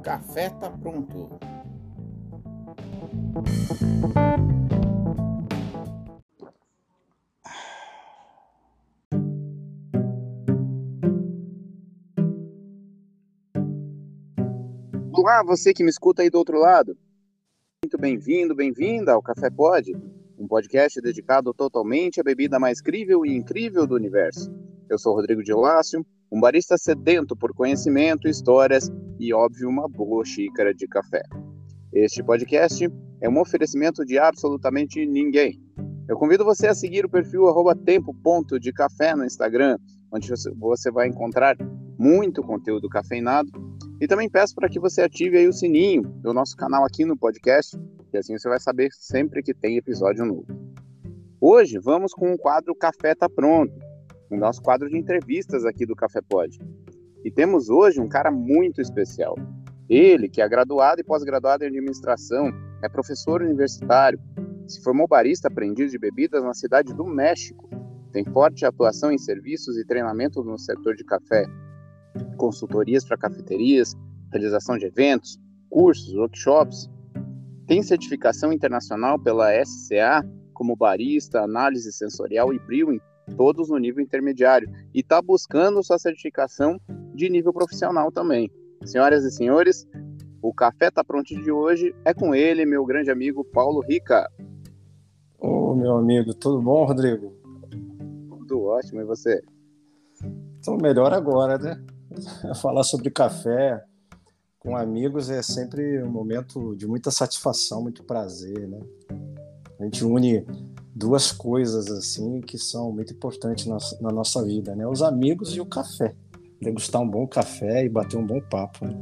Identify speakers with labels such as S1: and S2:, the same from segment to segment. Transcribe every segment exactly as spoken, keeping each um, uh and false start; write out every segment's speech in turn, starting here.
S1: café tá pronto. Olá, você que me escuta aí do outro lado. Muito bem-vindo, bem-vinda ao Café Pod, um podcast dedicado totalmente à bebida mais crível e incrível do universo. Eu sou Rodrigo de Lácio, um barista sedento por conhecimento, histórias e, óbvio, uma boa xícara de café. Este podcast é um oferecimento de absolutamente ninguém. Eu convido você a seguir o perfil arroba tempo ponto de café no Instagram, onde você vai encontrar muito conteúdo cafeinado. E também peço para que você ative aí o sininho do nosso canal aqui no podcast, que assim você vai saber sempre que tem episódio novo. Hoje vamos com o quadro Café Tá Pronto, o nosso quadro de entrevistas aqui do Café Pod. E temos hoje um cara muito especial. Ele, que é graduado e pós-graduado em administração, é professor universitário, se formou barista aprendiz de bebidas na cidade do México, tem forte atuação em serviços e treinamento no setor de café, consultorias para cafeterias, realização de eventos, cursos, workshops. Tem certificação internacional pela S C A como barista, análise sensorial e brewing, todos no nível intermediário, e está buscando sua certificação de nível profissional também. Senhoras e senhores, o Café Tá Pronto de hoje é com ele, meu grande amigo Paulo Rica.
S2: Ô, meu amigo, tudo bom, Rodrigo?
S1: Tudo ótimo, e você?
S2: Então, melhor agora, né? Falar sobre café com amigos é sempre um momento de muita satisfação, muito prazer, né? A gente une duas coisas assim que são muito importantes na, na nossa vida, né? Os amigos e o café. Degustar um bom café e bater um bom papo, né?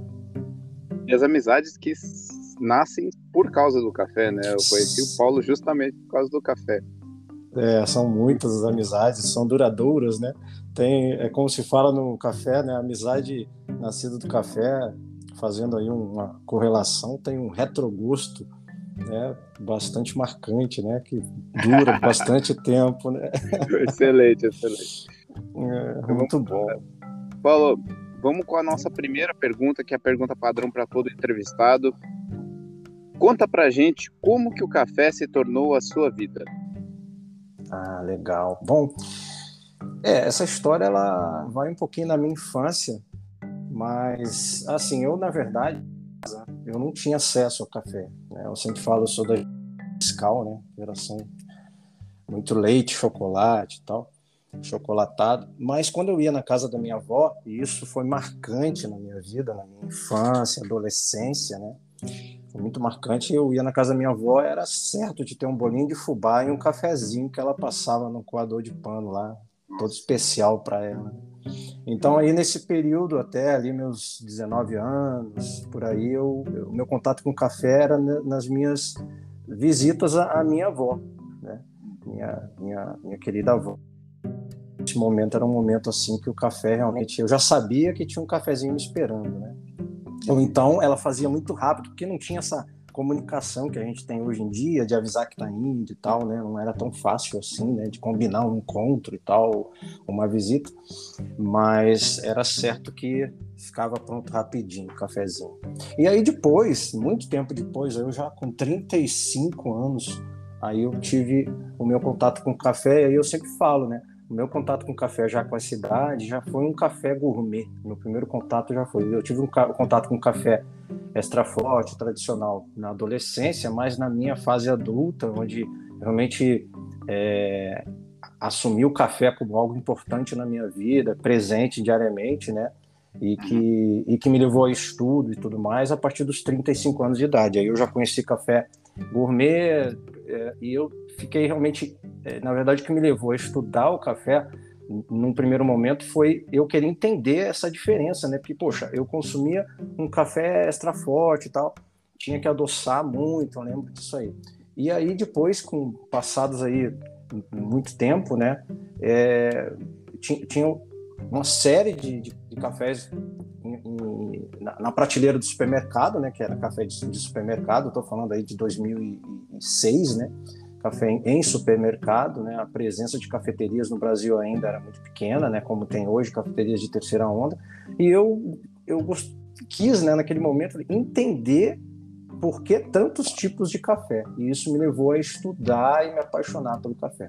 S1: E as amizades que nascem por causa do café, né? Eu conheci o Paulo justamente por causa do café.
S2: É, são muitas as amizades, são duradouras, né? Tem, é como se fala no café, né? A amizade nascida do café, fazendo aí uma correlação, tem um retrogusto, né? Bastante marcante, né? Que dura bastante tempo, né?
S1: Excelente, excelente.
S2: É, muito bom.
S1: Paulo, vamos com a nossa primeira pergunta, que é a pergunta padrão para todo entrevistado. Conta pra gente como que o café se tornou a sua vida.
S2: Ah, legal. Bom, é, essa história ela vai um pouquinho na minha infância, mas assim, eu na verdade eu não tinha acesso ao café, né? Eu sempre falo, eu sou da fiscal, né? Geração muito leite, chocolate e tal, chocolatado. Mas quando eu ia na casa da minha avó, e isso foi marcante na minha vida, na minha infância, adolescência, né? Foi muito marcante. Eu ia na casa da minha avó, era certo de ter um bolinho de fubá e um cafezinho que ela passava no coador de pano lá, todo especial para ela. Então aí nesse período, até ali meus dezenove anos, por aí, eu, o meu contato com o café era nas minhas visitas à, à minha avó, né? Minha, minha, minha querida avó. Esse momento era um momento assim que o café realmente, eu já sabia que tinha um cafezinho me esperando, né? Ou então ela fazia muito rápido, porque não tinha essa comunicação que a gente tem hoje em dia, de avisar que está indo e tal, né? Não era tão fácil assim, né? De combinar um encontro e tal, uma visita, mas era certo que ficava pronto rapidinho o cafezinho. E aí depois, muito tempo depois, eu já com trinta e cinco anos, aí eu tive o meu contato com o café, e aí eu sempre falo, né? O meu contato com café já com a cidade já foi um café gourmet. Meu primeiro contato já foi. Eu tive um ca- contato com café extra forte, tradicional, na adolescência, mas na minha fase adulta, onde realmente é, assumi o café como algo importante na minha vida, presente diariamente, né? E que, e que me levou a estudo e tudo mais a partir dos trinta e cinco anos de idade. Aí eu já conheci café gourmet é, e eu fiquei realmente, é, na verdade, o que me levou a estudar o café num primeiro momento foi eu querer entender essa diferença, né? Porque, poxa, eu consumia um café extra forte e tal, tinha que adoçar muito, eu lembro disso aí. E aí depois, com passados aí muito tempo, né? É, tinha, tinha uma série de, de, de cafés em, em, na, na prateleira do supermercado, né? Que era café de, de supermercado, estou falando aí de dois mil e seis, né? Café em, em supermercado, né? A presença de cafeterias no Brasil ainda era muito pequena, né? Como tem hoje, cafeterias de terceira onda. E eu, eu gost, quis, né, naquele momento, entender por que tantos tipos de café. E isso me levou a estudar e me apaixonar pelo café.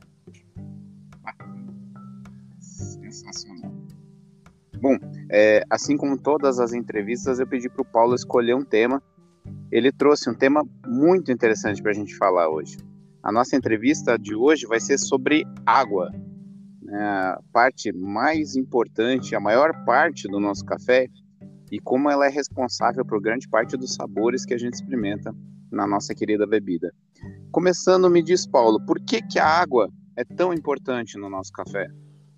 S1: Sensacional. Bom, é, assim como todas as entrevistas, eu pedi para o Paulo escolher um tema. Ele trouxe um tema muito interessante para a gente falar hoje. A nossa entrevista de hoje vai ser sobre água. A parte mais importante, a maior parte do nosso café, e como ela é responsável por grande parte dos sabores que a gente experimenta na nossa querida bebida. Começando, me diz, Paulo, por que que a água é tão importante no nosso café?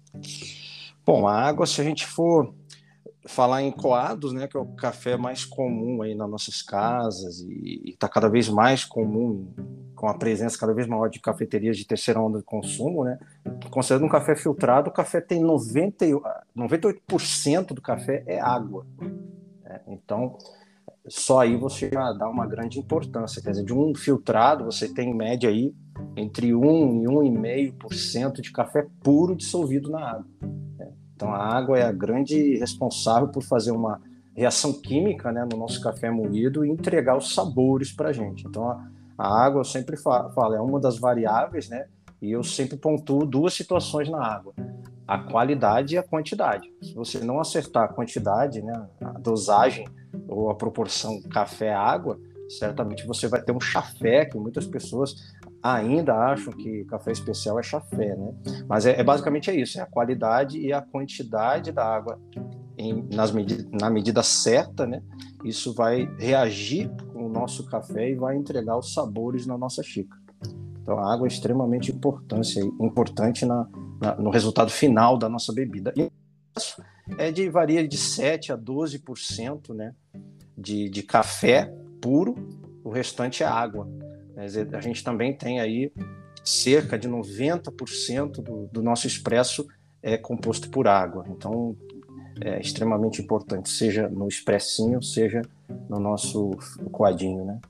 S2: Bom, a água, se a gente for falar em coados, né, que é o café mais comum aí nas nossas casas e está cada vez mais comum, com a presença cada vez maior de cafeterias de terceira onda de consumo, né? Considerando um café filtrado, o café tem noventa, noventa e oito por cento do café é água. Né? Então, só aí você já dá uma grande importância. Quer dizer, de um filtrado, você tem em média aí entre um e um vírgula cinco por cento de café puro dissolvido na água. Então, a água é a grande responsável por fazer uma reação química, né, no nosso café moído e entregar os sabores para a gente. Então, a, a água, eu sempre falo, é uma das variáveis, né, e eu sempre pontuo duas situações na água: a qualidade e a quantidade. Se você não acertar a quantidade, né, a dosagem ou a proporção café-água, certamente você vai ter um chafé, que muitas pessoas ainda acham que café especial é chafé, né? Mas é, é basicamente é isso, é a qualidade e a quantidade da água em, nas medida, na medida certa, né? Isso vai reagir com o nosso café e vai entregar os sabores na nossa xícara. Então a água é extremamente importante, importante na, na, no resultado final da nossa bebida. E isso é de, varia de sete a doze por cento, né, de, de café puro, o restante é água. A gente também tem aí cerca de noventa por cento do, do nosso expresso é composto por água. Então, é extremamente importante, seja no expressinho, seja no nosso coadinho, né?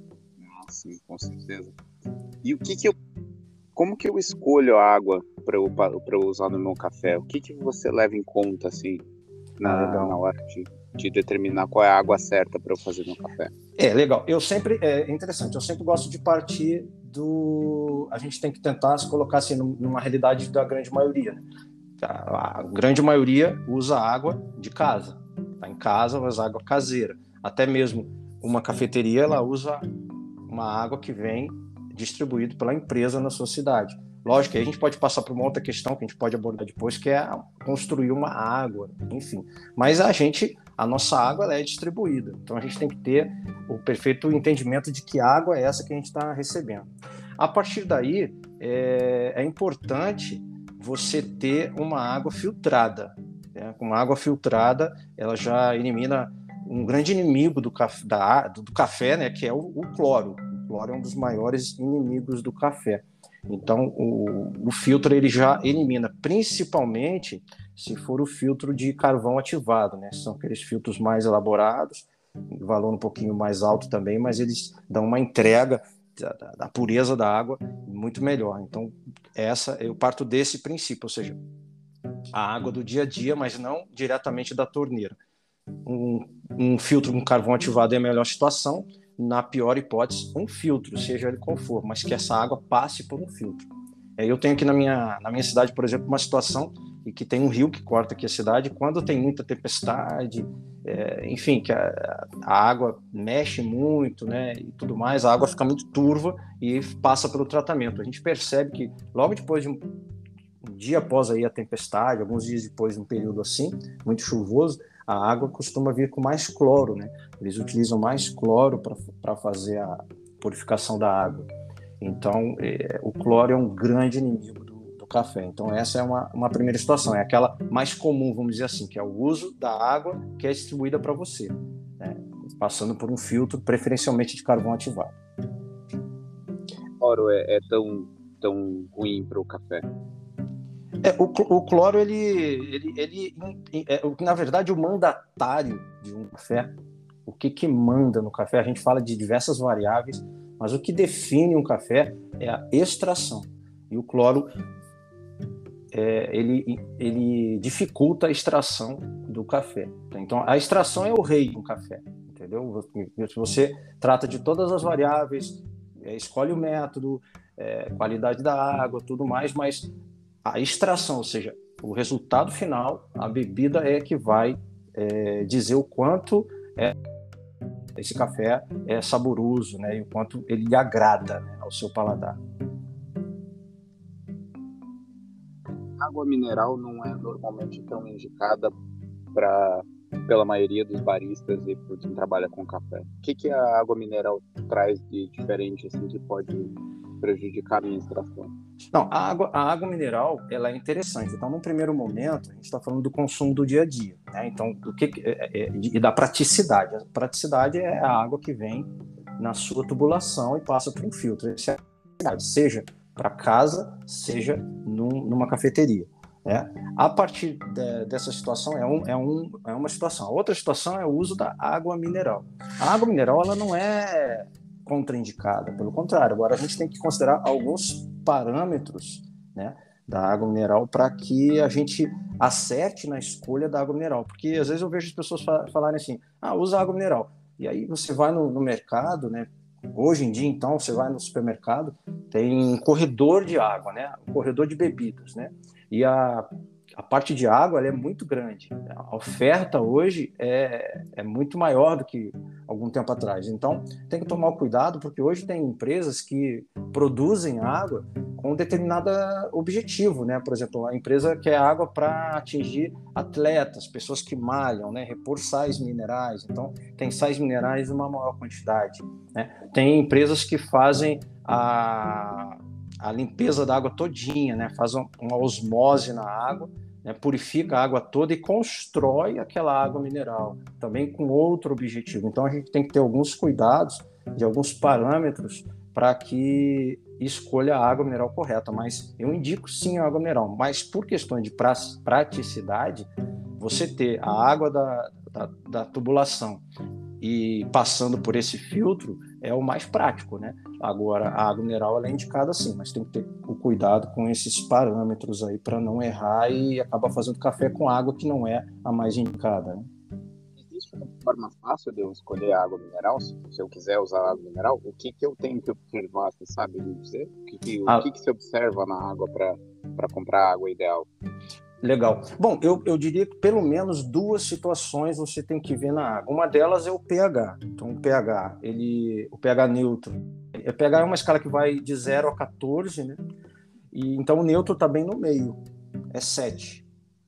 S1: Sim, com certeza. E o que que eu, como que eu escolho a água para eu, para eu usar no meu café? O que que você leva em conta, assim, na,
S2: ah,
S1: na hora de, de determinar qual é a água certa para eu fazer no café?
S2: É, legal. Eu sempre, é interessante, eu sempre gosto de partir do... A gente tem que tentar se colocar assim numa realidade da grande maioria, né? A grande maioria usa água de casa. Tá em casa, usa água caseira. Até mesmo uma cafeteria, ela usa uma água que vem distribuída pela empresa na sua cidade. Lógico que a gente pode passar por uma outra questão que a gente pode abordar depois, que é construir uma água, enfim. Mas a gente, a nossa água, ela é distribuída. Então a gente tem que ter o perfeito entendimento de que água é essa que a gente está recebendo. A partir daí, é, é importante você ter uma água filtrada. Né? Uma água filtrada, ela já elimina um grande inimigo do café, da, do café, né, que é o, o cloro. O cloro é um dos maiores inimigos do café. Então, o, o filtro ele já elimina, principalmente se for o filtro de carvão ativado, né? São aqueles filtros mais elaborados, valor um pouquinho mais alto também, mas eles dão uma entrega da, da pureza da água muito melhor. Então, essa eu parto desse princípio, ou seja, a água do dia a dia, mas não diretamente da torneira. Um, um filtro com carvão ativado é a melhor situação. Na pior hipótese, um filtro, seja ele qual for, mas que essa água passe por um filtro. Eu tenho aqui na minha, na minha cidade, por exemplo, uma situação em que tem um rio que corta aqui a cidade. Quando tem muita tempestade, é, enfim, que a, a água mexe muito, né, e tudo mais, a água fica muito turva e passa pelo tratamento. A gente percebe que logo depois de um, um dia após aí a tempestade, alguns dias depois de um período assim, muito chuvoso, a água costuma vir com mais cloro, né? Eles utilizam mais cloro para fazer a purificação da água. Então, é, o cloro é um grande inimigo do, do café. Então, essa é uma, uma primeira situação. É aquela mais comum, vamos dizer assim, que é o uso da água que é distribuída para você, né? Passando por um filtro, preferencialmente de carvão ativado.
S1: O cloro é, é tão, tão ruim para o café?
S2: É, o, o cloro, ele, ele, ele é, na verdade, o mandatário de um café, o que, que manda no café, a gente fala de diversas variáveis, mas o que define um café é a extração. E o cloro é, ele, ele dificulta a extração do café. Então, a extração é o rei do café, entendeu? Você trata de todas as variáveis, é, escolhe o método, é, qualidade da água, tudo mais, mas a extração, ou seja, o resultado final, a bebida é que vai é, dizer o quanto é, esse café é saboroso, né, e o quanto ele lhe agrada, né, ao seu paladar.
S1: Água mineral não é normalmente tão indicada pra, pela maioria dos baristas e por quem trabalha com café. O que, que a água mineral traz de diferente assim, que pode prejudicar a minha extração?
S2: Não, a água, a água mineral, ela é interessante. Então, no primeiro momento, a gente está falando do consumo do dia a dia, né? Então, do que é, é, e da praticidade. A praticidade é a água que vem na sua tubulação e passa por um filtro. Essa é a praticidade, seja para casa, seja num, numa cafeteria, né? A partir de, dessa situação é, um, é, um, é uma situação. A outra situação é o uso da água mineral. A água mineral, ela não é contraindicada, pelo contrário. Agora a gente tem que considerar alguns parâmetros, né, da água mineral para que a gente acerte na escolha da água mineral, porque às vezes eu vejo as pessoas falarem assim, ah, usa água mineral, e aí você vai no, no mercado, né, hoje em dia então você vai no supermercado, tem um corredor de água, né, um corredor de bebidas, né, e a A parte de água ela é muito grande. A oferta hoje é, é muito maior do que algum tempo atrás. Então, tem que tomar cuidado, porque hoje tem empresas que produzem água com um determinado objetivo, né? Por exemplo, a empresa quer água para atingir atletas, pessoas que malham, né? Repor sais minerais. Então, tem sais minerais em uma maior quantidade, né? Tem empresas que fazem a a limpeza da água todinha, né? Faz uma osmose na água, né? Purifica a água toda e constrói aquela água mineral, também com outro objetivo. Então a gente tem que ter alguns cuidados de alguns parâmetros para que escolha a água mineral correta, mas eu indico sim a água mineral, mas por questões de praticidade, você ter a água da, da, da tubulação e passando por esse filtro é o mais prático, né? Agora, a água mineral ela é indicada sim, mas tem que ter o cuidado com esses parâmetros aí para não errar e acabar fazendo café com água que não é a mais indicada, né?
S1: Existe uma forma fácil de eu escolher a água mineral? Se, se eu quiser usar água mineral, o que, que eu tenho que observar? Você sabe me dizer? O que, que,
S2: Ah,
S1: o que, que se observa na água para comprar a água ideal?
S2: Legal. Bom, eu, eu diria que pelo menos duas situações você tem que ver na água. Uma delas é o pH. Então, o pH, ele, o pH neutro. O pH é uma escala que vai de zero a quatorze, né? E, então, o neutro está bem no meio, é sete.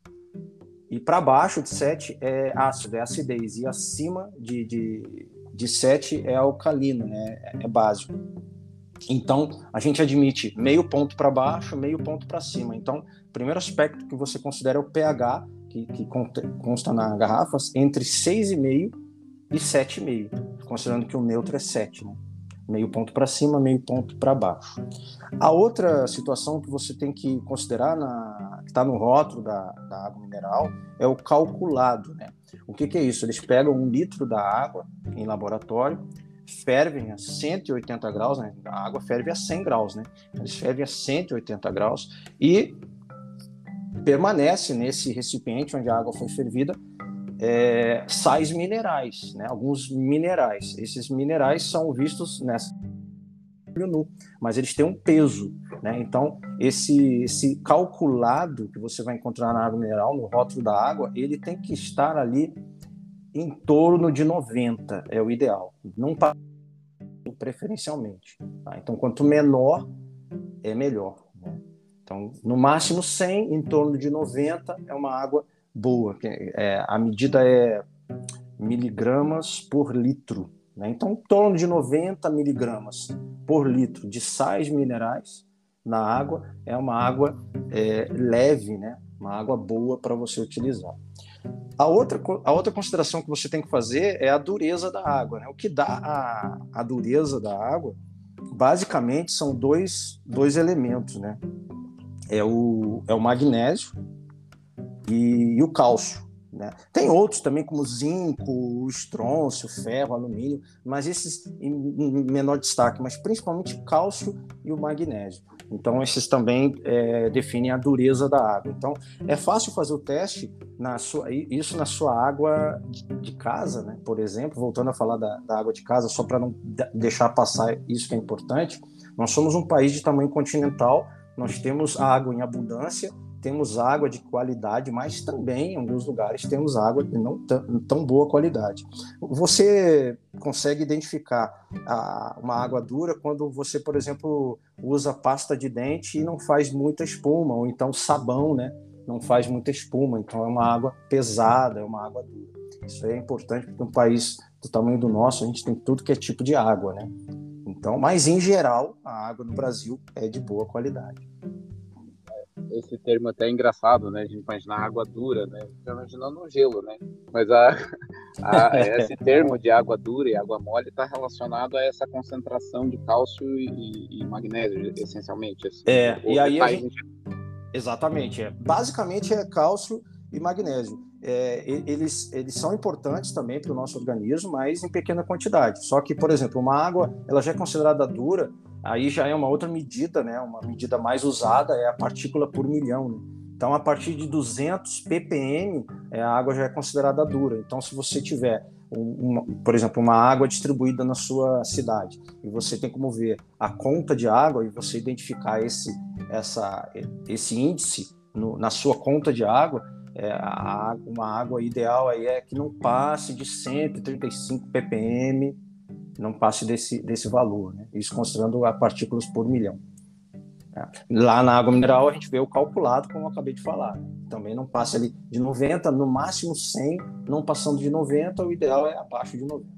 S2: E para baixo de sete é ácido, é acidez. E acima de, de, de sete é alcalino, né? É básico. Então, a gente admite meio ponto para baixo, meio ponto para cima. Então, o primeiro aspecto que você considera é o pH, que, que consta na garrafa, entre seis vírgula cinco e sete vírgula cinco, considerando que o neutro é sete, né? Meio ponto para cima, meio ponto para baixo. A outra situação que você tem que considerar, na, que está no rótulo da, da água mineral, é o calculado, né? O que, que é isso? Eles pegam um litro da água em laboratório, fervem a cento e oitenta graus, né? A água ferve a cem graus, né? Eles fervem a cento e oitenta graus e permanece nesse recipiente onde a água foi fervida é, sais minerais, né? Alguns minerais. Esses minerais são vistos nessa nu, mas eles têm um peso, né? Então esse, esse calculado que você vai encontrar na água mineral, no rótulo da água, ele tem que estar ali em torno de noventa, é o ideal, não preferencialmente, tá? Então, quanto menor, é melhor, né? Então, no máximo cem, em torno de noventa, é uma água boa. É, a medida é miligramas por litro, né? Então, em torno de noventa miligramas por litro de sais minerais na água é uma água é, leve, né? Uma água boa para você utilizar. A outra, a outra consideração que você tem que fazer é a dureza da água, né? O que dá a, a dureza da água, basicamente, são dois, dois elementos, né? É o, é o magnésio e, e o cálcio, né? Tem outros também, como o zinco, o estrôncio, o ferro, o alumínio, mas esses em, em menor destaque, mas principalmente o cálcio e o magnésio. Então, esses também é, definem a dureza da água. Então, é fácil fazer o teste, na sua, isso na sua água de casa, né? Por exemplo, voltando a falar da, da água de casa, só para não deixar passar isso que é importante, nós somos um país de tamanho continental, nós temos água em abundância, temos água de qualidade, mas também, em alguns lugares, temos água de não tão, tão boa qualidade. Você consegue identificar a, uma água dura quando você, por exemplo, usa pasta de dente e não faz muita espuma, ou então sabão, né? Não faz muita espuma, então é uma água pesada, é uma água dura. Isso é importante porque um país do tamanho do nosso, a gente tem tudo que é tipo de água, né? Então, mas em geral, a água no Brasil é de boa qualidade.
S1: Esse termo até é engraçado, né? A gente imagina água dura, né? Fica imaginando um gelo, né? Mas a, a, esse termo de água dura e água mole está relacionado a essa concentração de cálcio e, e magnésio, essencialmente. Assim.
S2: É,
S1: Ou
S2: e aí a
S1: metais
S2: gente... Exatamente. É. Basicamente é cálcio e magnésio. É, eles, eles são importantes também para o nosso organismo, mas em pequena quantidade. Só que, por exemplo, uma água ela já é considerada dura, aí já é uma outra medida, né? Uma medida mais usada é a partícula por milhão. Né? Então, a partir de duzentos ppm, é, a água já é considerada dura. Então, se você tiver, uma, por exemplo, uma água distribuída na sua cidade e você tem como ver a conta de água e você identificar esse, essa, esse índice no, na sua conta de água, É, a, uma água ideal aí é que não passe de cento e trinta e cinco ppm, não passe desse, desse valor, né? Isso considerando a partículas por milhão. É. Lá na água mineral a gente vê o calculado, como eu acabei de falar. Né? Também não passe ali de noventa, no máximo cem, não passando de noventa, o ideal é abaixo de noventa.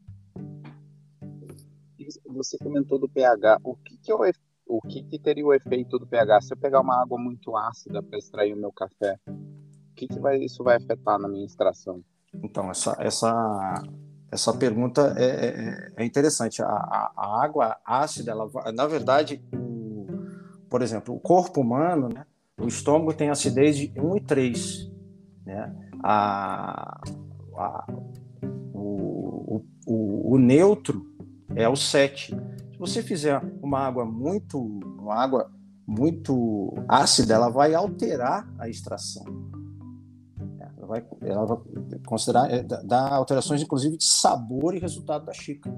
S1: Você comentou do pH. O que, que, é o, o que, que teria o efeito do pH? Se eu pegar uma água muito ácida para extrair o meu café, o que, que vai, isso vai afetar na minha extração?
S2: Então, essa, essa, essa pergunta é, é, é interessante. A, a, a água ácida, ela, na verdade, o, por exemplo, o corpo humano, né, o estômago tem acidez de um e três. Né? A, a, o, o, o neutro é o sete. Se você fizer uma água muito, uma água muito ácida, ela vai alterar a extração. Ela vai, ela vai considerar, dar alterações, inclusive, de sabor e resultado da xícara.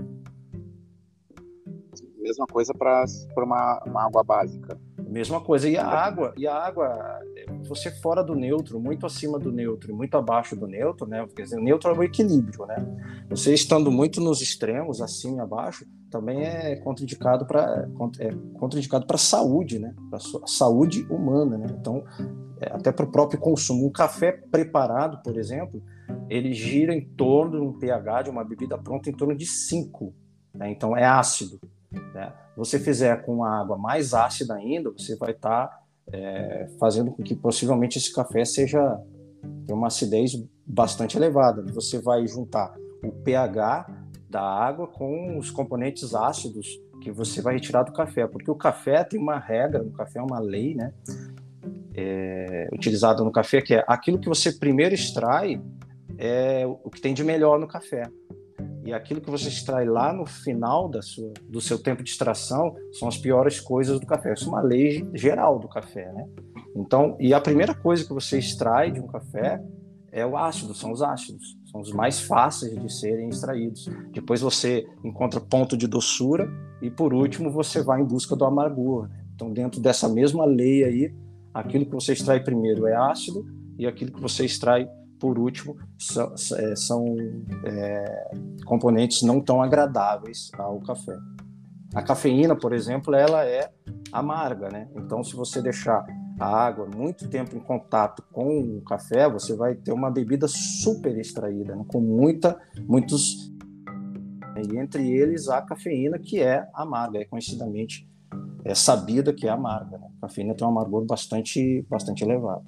S1: Mesma coisa para uma, uma água básica.
S2: Mesma coisa. E a água, e a água, você fora do neutro, muito acima do neutro e muito abaixo do neutro, né? Quer dizer, o neutro é o equilíbrio, né? Você estando muito nos extremos, acima e abaixo, também é contraindicado para é contraindicado para a saúde, né? Para a saúde humana, né? Então, é, até para o próprio consumo. Um café preparado, por exemplo, ele gira em torno de um pH de uma bebida pronta em torno de cinco, né? Então, é ácido. Né? Se você fizer com uma água mais ácida ainda, você vai estar tá, é, fazendo com que possivelmente esse café seja tenha uma acidez bastante elevada. Você vai juntar o pH da água com os componentes ácidos que você vai retirar do café, porque o café tem uma regra, o café é uma lei, né? É, utilizada no café, que é aquilo que você primeiro extrai é o que tem de melhor no café. E aquilo que você extrai lá no final da sua, do seu tempo de extração são as piores coisas do café. Isso é uma lei geral do café, né? Então, e a primeira coisa que você extrai de um café é o ácido, são os ácidos. São os mais fáceis de serem extraídos. Depois você encontra ponto de doçura e, por último, você vai em busca do amargor. Né? Então, dentro dessa mesma lei aí, aquilo que você extrai primeiro é ácido e aquilo que você extrai por último, são, são é, componentes não tão agradáveis ao café. A cafeína, por exemplo, ela é amarga, né? Então, se você deixar a água muito tempo em contato com o café, você vai ter uma bebida super extraída, né? Com muita, muitos... E entre eles, a cafeína, que é amarga, é conhecidamente é sabida que é amarga. Né? A cafeína tem um amargor bastante, bastante elevado.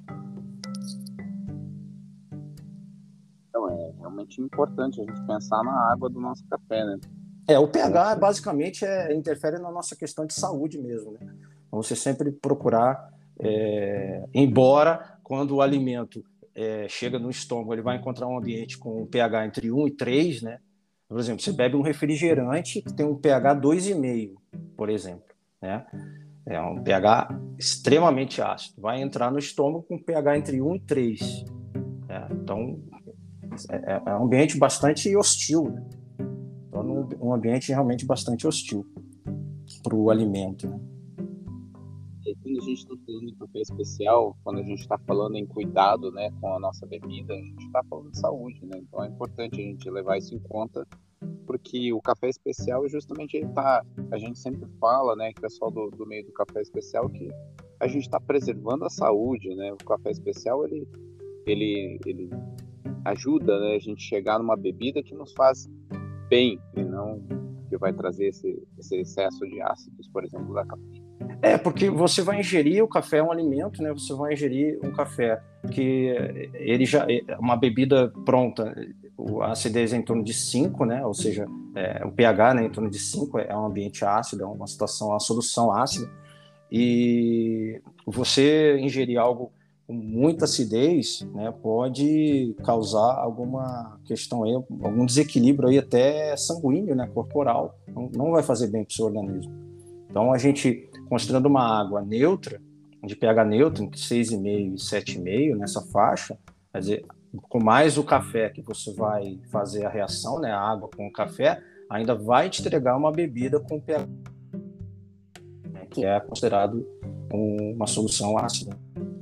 S1: Realmente importante a gente pensar na água do nosso café, né?
S2: É, o pH basicamente é, interfere na nossa questão de saúde mesmo, né? Então, você sempre procurar, é, embora quando o alimento é, chega no estômago, ele vai encontrar um ambiente com um pH entre um e três, né? Por exemplo, você bebe um refrigerante que tem um pH dois vírgula cinco, por exemplo, né? É um pH extremamente ácido. Vai entrar no estômago com pH entre um e três. É, então, é, é um ambiente bastante hostil, né? Então, um ambiente realmente bastante hostil para o alimento, né?
S1: E quando a gente está falando em café especial, quando a gente está falando em cuidado, né, com a nossa bebida, a gente está falando de saúde, né? Então é importante a gente levar isso em conta, porque o café especial justamente ele tá, a gente sempre fala, né, que o pessoal do, do meio do café especial, que a gente está preservando a saúde, né? O café especial ele, ele, ele ajuda, né, a gente chegar numa bebida que nos faz bem e não que vai trazer esse, esse excesso de ácidos, por exemplo, da cafeína.
S2: É, porque você vai ingerir o café, é um alimento, né? Você vai ingerir um café que ele já é uma bebida pronta, a acidez é em torno de cinco, né? Ou seja, é, o pH, né, em torno de cinco, é um ambiente ácido, é uma situação, uma solução ácida. E você ingerir algo com muita acidez, né, pode causar alguma questão aí, algum desequilíbrio aí até sanguíneo, né, corporal. Não, não vai fazer bem para o seu organismo. Então, a gente, considerando uma água neutra, de pH neutro, entre seis vírgula cinco e sete vírgula cinco, nessa faixa, quer dizer, com mais o café que você vai fazer a reação, né, a água com o café, ainda vai te entregar uma bebida com pH, né, que é considerado um, uma solução ácida.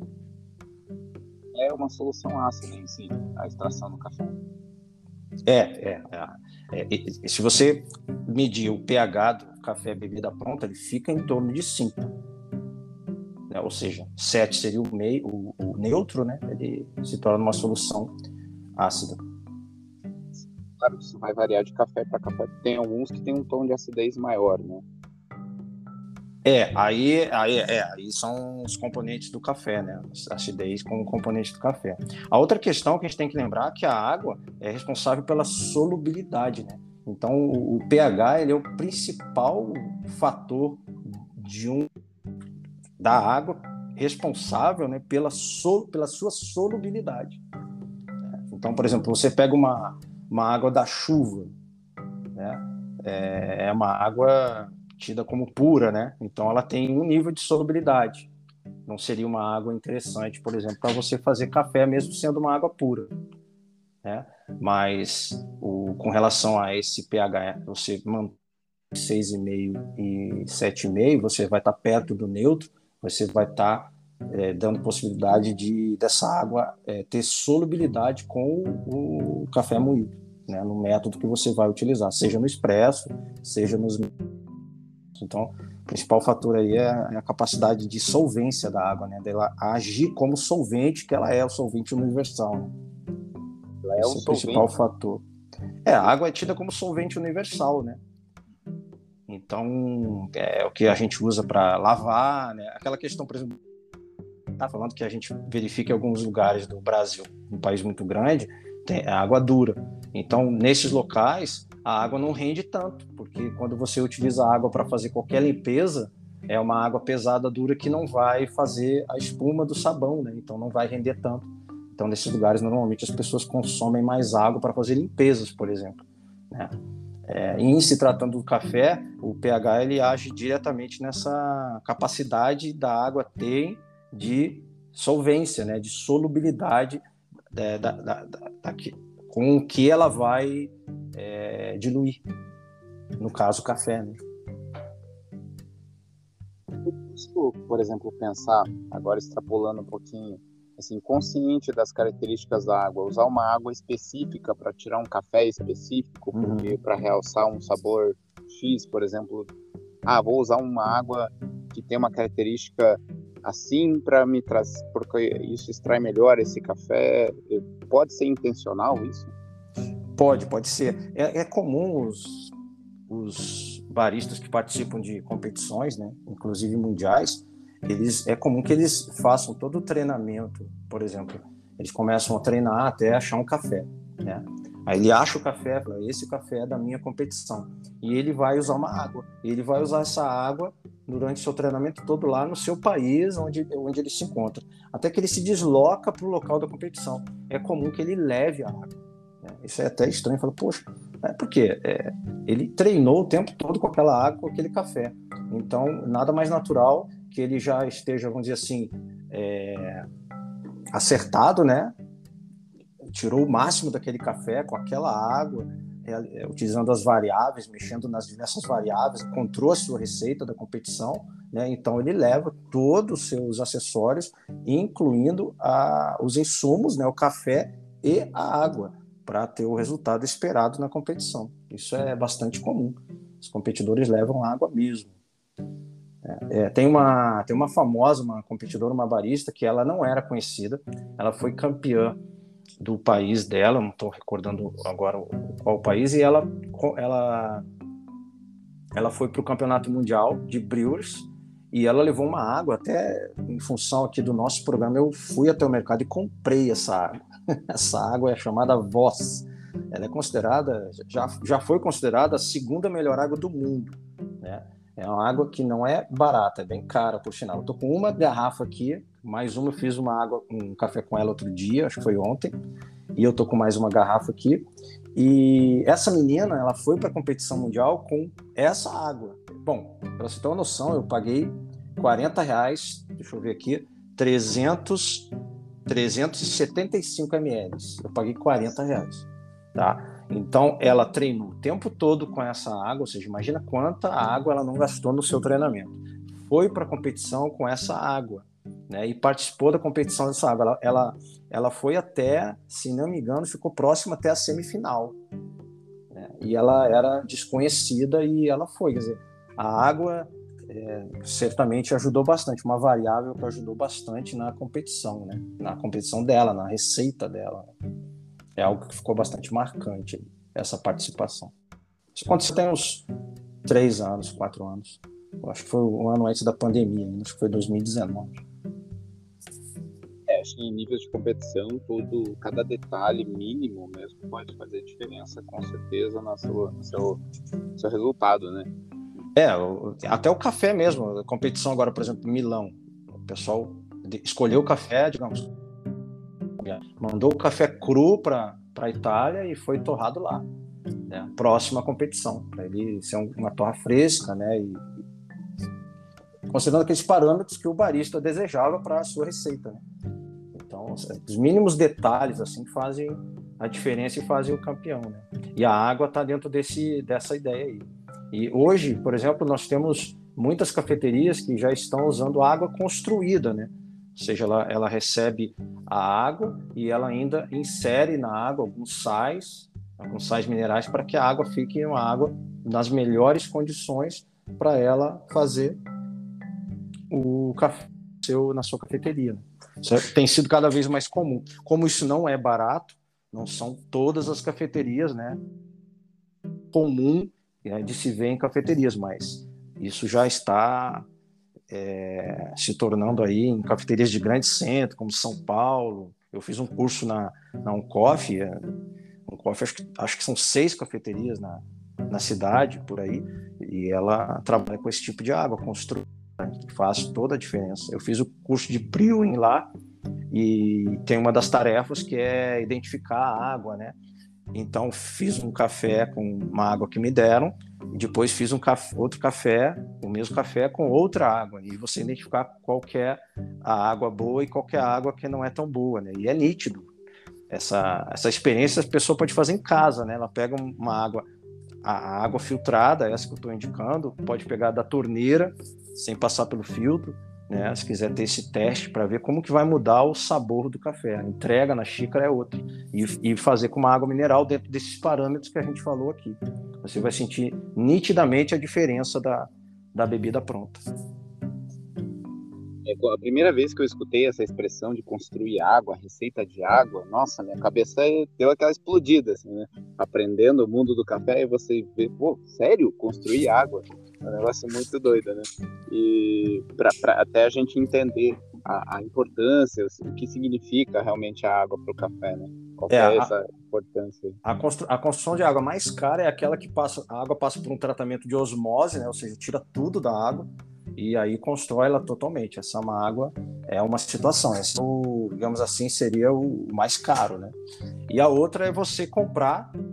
S1: É uma solução ácida em si, a extração do café.
S2: É, é, é, é, é. Se você medir o pH do café bebida pronta, ele fica em torno de cinco. Né? Ou seja, sete seria o meio, o, o neutro, né? Ele se torna uma solução ácida.
S1: Claro, isso vai variar de café para café. Tem alguns que tem um tom de acidez maior, né?
S2: É, aí, aí, é, aí são os componentes do café, né? A acidez como componente do café. A outra questão que a gente tem que lembrar é que a água é responsável pela solubilidade, né? Então, o, o pH ele é o principal fator de um, da água responsável, né, pela, sol, pela sua solubilidade. Então, por exemplo, você pega uma, uma água da chuva, né? É, é uma água tida como pura, né? Então ela tem um nível de solubilidade. Não seria uma água interessante, por exemplo, para você fazer café, mesmo sendo uma água pura, né? Mas o, com relação a esse pH, você mantém seis vírgula cinco e sete vírgula cinco, você vai estar perto do neutro, você vai estar é, dando possibilidade de dessa água é, ter solubilidade com o, o café moído, né? No método que você vai utilizar, seja no expresso, seja nos... Então, o principal fator aí é a capacidade de solvência da água, né? Dela agir como solvente, que ela é o solvente universal, né?
S1: Ela é
S2: Esse
S1: um
S2: é o
S1: solvente.
S2: principal fator. É, a água é tida como solvente universal, né? Então, é o que a gente usa para lavar, né? Aquela questão, por exemplo, tá falando que a gente verifica em alguns lugares do Brasil, um país muito grande, tem a água dura. Então, nesses locais, a água não rende tanto, porque quando você utiliza a água para fazer qualquer limpeza, é uma água pesada, dura, que não vai fazer a espuma do sabão, né? Então não vai render tanto. Então, nesses lugares, normalmente as pessoas consomem mais água para fazer limpezas, por exemplo, né? É, em se tratando do café, o pH ele age diretamente nessa capacidade da água ter de solvência, né? De solubilidade é, da, da, da, da, com o que ela vai é, diluir. No caso, o café, né?
S1: Se tu, por exemplo, pensar, agora extrapolando um pouquinho, assim, consciente das características da água, usar uma água específica para tirar um café específico, porque
S2: Uhum.
S1: para realçar um sabor X, por exemplo, ah, vou usar uma água que tem uma característica assim para me trazer, porque isso extrai melhor esse café. Pode ser intencional isso?
S2: Pode, pode ser. É, é comum os, os baristas que participam de competições, né, inclusive mundiais, eles, é comum que eles façam todo o treinamento, por exemplo, eles começam a treinar até achar um café, né? Aí ele acha o café, fala, esse café é da minha competição, e ele vai usar uma água, e ele vai usar essa água durante o seu treinamento todo lá no seu país, onde, onde ele se encontra, até que ele se desloca para o local da competição. É comum que ele leve a água, né? Isso é até estranho, fala, poxa, é porque é, ele treinou o tempo todo com aquela água, com aquele café. Então, nada mais natural que ele já esteja, vamos dizer assim, é, acertado, né? Tirou o máximo daquele café com aquela água, é, é, utilizando as variáveis, mexendo nas diversas variáveis, encontrou a sua receita da competição, né? Então ele leva todos os seus acessórios, incluindo a, os insumos, né? O café e a água, para ter o resultado esperado na competição. Isso é bastante comum. Os competidores levam água mesmo. É, é, tem, uma, tem uma famosa, uma competidora, uma barista, que ela não era conhecida, ela foi campeã do país dela, não estou recordando agora qual país, e ela, ela, ela foi para o campeonato mundial de brewers, e ela levou uma água, até em função aqui do nosso programa, eu fui até o mercado e comprei essa água. Essa água é chamada Voss. Ela é considerada, já, já foi considerada a segunda melhor água do mundo, né? É uma água que não é barata, é bem cara, por sinal. Eu tô com uma garrafa aqui, mais uma, eu fiz uma água, um café com ela outro dia, acho que foi ontem, e eu tô com mais uma garrafa aqui. E essa menina, ela foi para a competição mundial com essa água. Bom, para você ter uma noção, eu paguei quarenta reais, deixa eu ver aqui, trezentos, trezentos e setenta e cinco mililitros. Eu paguei quarenta reais, tá? Então, ela treinou o tempo todo com essa água, ou seja, imagina quanta água ela não gastou no seu treinamento. Foi para a competição com essa água, né? E participou da competição dessa água. Ela, ela, ela foi até, se não me engano, ficou próxima até a semifinal, né? E ela era desconhecida e ela foi. Quer dizer, a água é, certamente ajudou bastante, uma variável que ajudou bastante na competição, né? Na competição dela, na receita dela. É algo que ficou bastante marcante, essa participação. Isso aconteceu tem uns três anos, quatro anos. Eu acho que foi um ano antes da pandemia, acho que foi dois mil e dezenove.
S1: É, acho que em níveis de competição, todo, cada detalhe mínimo mesmo pode fazer diferença, com certeza, na sua, no seu, no seu resultado, né?
S2: É, até o café mesmo, a competição agora, por exemplo, Milão. O pessoal escolheu o café, digamos, mandou o café cru para a Itália e foi torrado lá, né? Próxima competição, para ele ser um, uma torra fresca, né? E, considerando aqueles parâmetros que o barista desejava para a sua receita, né? Então, os mínimos detalhes assim fazem a diferença e fazem o campeão, né? E a água está dentro desse, dessa ideia aí. E hoje, por exemplo, nós temos muitas cafeterias que já estão usando água construída, né? Ou seja, ela, ela recebe a água e ela ainda insere na água alguns sais, alguns sais minerais, para que a água fique uma água nas melhores condições para ela fazer o café seu, na sua cafeteria, né? Isso tem sido cada vez mais comum. Como isso não é barato, não são todas as cafeterias, né, comum, né, de se ver em cafeterias, mas isso já está é, se tornando aí em cafeterias de grande centro, como São Paulo. Eu fiz um curso na, na Uncoff, Uncoff acho, que, acho que são seis cafeterias na, na cidade, por aí, e ela trabalha com esse tipo de água, construída, que faz toda a diferença. Eu fiz o curso de brewing lá e tem uma das tarefas que é identificar a água, né? Então fiz um café com uma água que me deram e depois fiz um café, outro café, o mesmo café com outra água, e você identificar qual que é a água boa e qual que é a água que não é tão boa, né? E é nítido. Essa, essa experiência a pessoa pode fazer em casa, né? Ela pega uma água, a água filtrada, essa que eu estou indicando, pode pegar da torneira sem passar pelo filtro, né? Se quiser ter esse teste para ver como que vai mudar o sabor do café. A entrega na xícara é outra. E, e fazer com uma água mineral dentro desses parâmetros que a gente falou aqui. Você vai sentir nitidamente a diferença da, da bebida pronta.
S1: É, a primeira vez que eu escutei essa expressão de construir água, receita de água, nossa, minha cabeça deu aquela explodida, assim, né? Aprendendo o mundo do café, e você vê, pô, sério? Construir água? É um negócio muito doido, né? E pra, pra, até a gente entender a, a importância, o que significa realmente a água para o café, né? Qual
S2: É,
S1: é
S2: a,
S1: essa importância?
S2: A, constru, a construção de água mais cara é aquela que passa, a água passa por um tratamento de osmose, né? Ou seja, tira tudo da água e aí constrói ela totalmente. Essa é uma água, é uma situação. Esse, o, digamos assim, seria o mais caro, né? E a outra é você comprar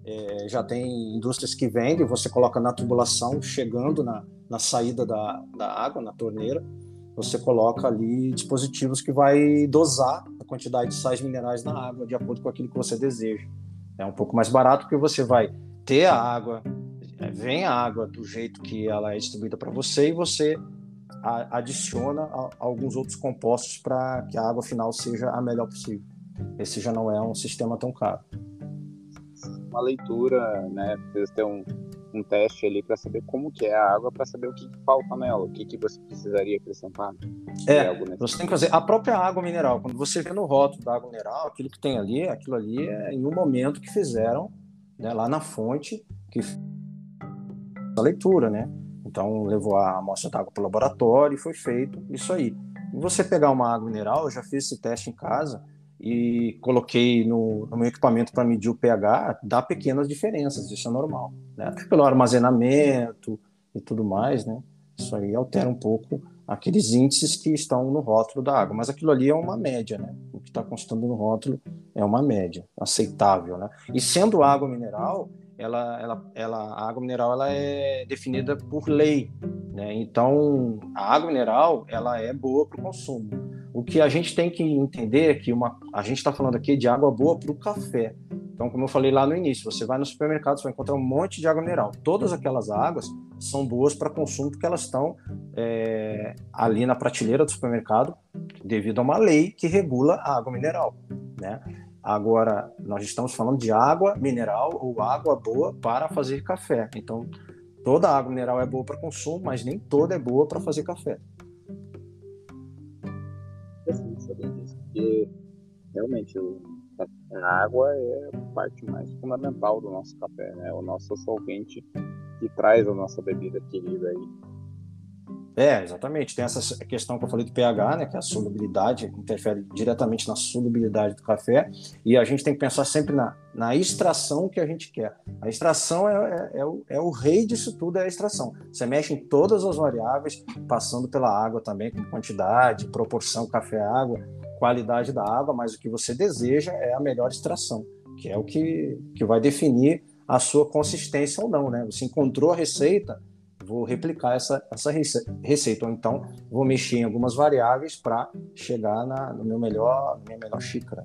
S2: é, já tem indústrias que vendem, você coloca na tubulação, chegando na, na saída da, da água, na torneira, você coloca ali dispositivos que vai dosar a quantidade de sais minerais na água de acordo com aquilo que você deseja. É um pouco mais barato porque você vai ter a água, vem a água do jeito que ela é distribuída para você e você adiciona a, alguns outros compostos para que a água final seja a melhor possível. Esse já não é um sistema tão caro.
S1: Uma leitura, né? Precisa ter um, um teste ali para saber como que é a água, para saber o que, que falta nela, o que, que você precisaria acrescentar.
S2: É, você tem que fazer a própria água mineral. Quando você vê no rótulo da água mineral, aquilo que tem ali, aquilo ali é em um momento que fizeram, né, lá na fonte, que a leitura, né? Então levou a amostra d'água para o laboratório e foi feito isso aí. E você pegar uma água mineral, eu já fiz esse teste em casa e coloquei no, no meu equipamento para medir o pH, dá pequenas diferenças, isso é normal, né? Até pelo armazenamento e tudo mais, né? Isso aí altera um pouco aqueles índices que estão no rótulo da água, mas aquilo ali é uma média, né? O que está constando no rótulo é uma média aceitável, né? E sendo água mineral, ela, ela, ela, a água mineral ela é definida por lei, né? Então a água mineral ela é boa para o consumo. O que a gente tem que entender é que uma, a gente está falando aqui de água boa para o café. Então, como eu falei lá no início, você vai no supermercado, você vai encontrar um monte de água mineral. Todas aquelas águas são boas para consumo porque elas estão é, ali na prateleira do supermercado devido a uma lei que regula a água mineral, né? Agora, nós estamos falando de água mineral ou água boa para fazer café. Então, toda água mineral é boa para consumo, mas nem toda é boa para fazer café.
S1: Assim, saber disso, porque realmente o, a água é a parte mais fundamental do nosso café, né? O nosso solvente que traz a nossa bebida querida aí.
S2: É, exatamente. Tem essa questão que eu falei do pH, né, que é a solubilidade, interfere diretamente na solubilidade do café, e a gente tem que pensar sempre na, na extração que a gente quer. A extração é, é, é, o, é o rei disso tudo, é a extração. Você mexe em todas as variáveis, passando pela água também, com quantidade, proporção café-água, qualidade da água, mas o que você deseja é a melhor extração, que é o que, que vai definir a sua consistência ou não, né? Você encontrou a receita, vou replicar essa, essa receita, ou então vou mexer em algumas variáveis para chegar na, no meu melhor, na minha melhor xícara.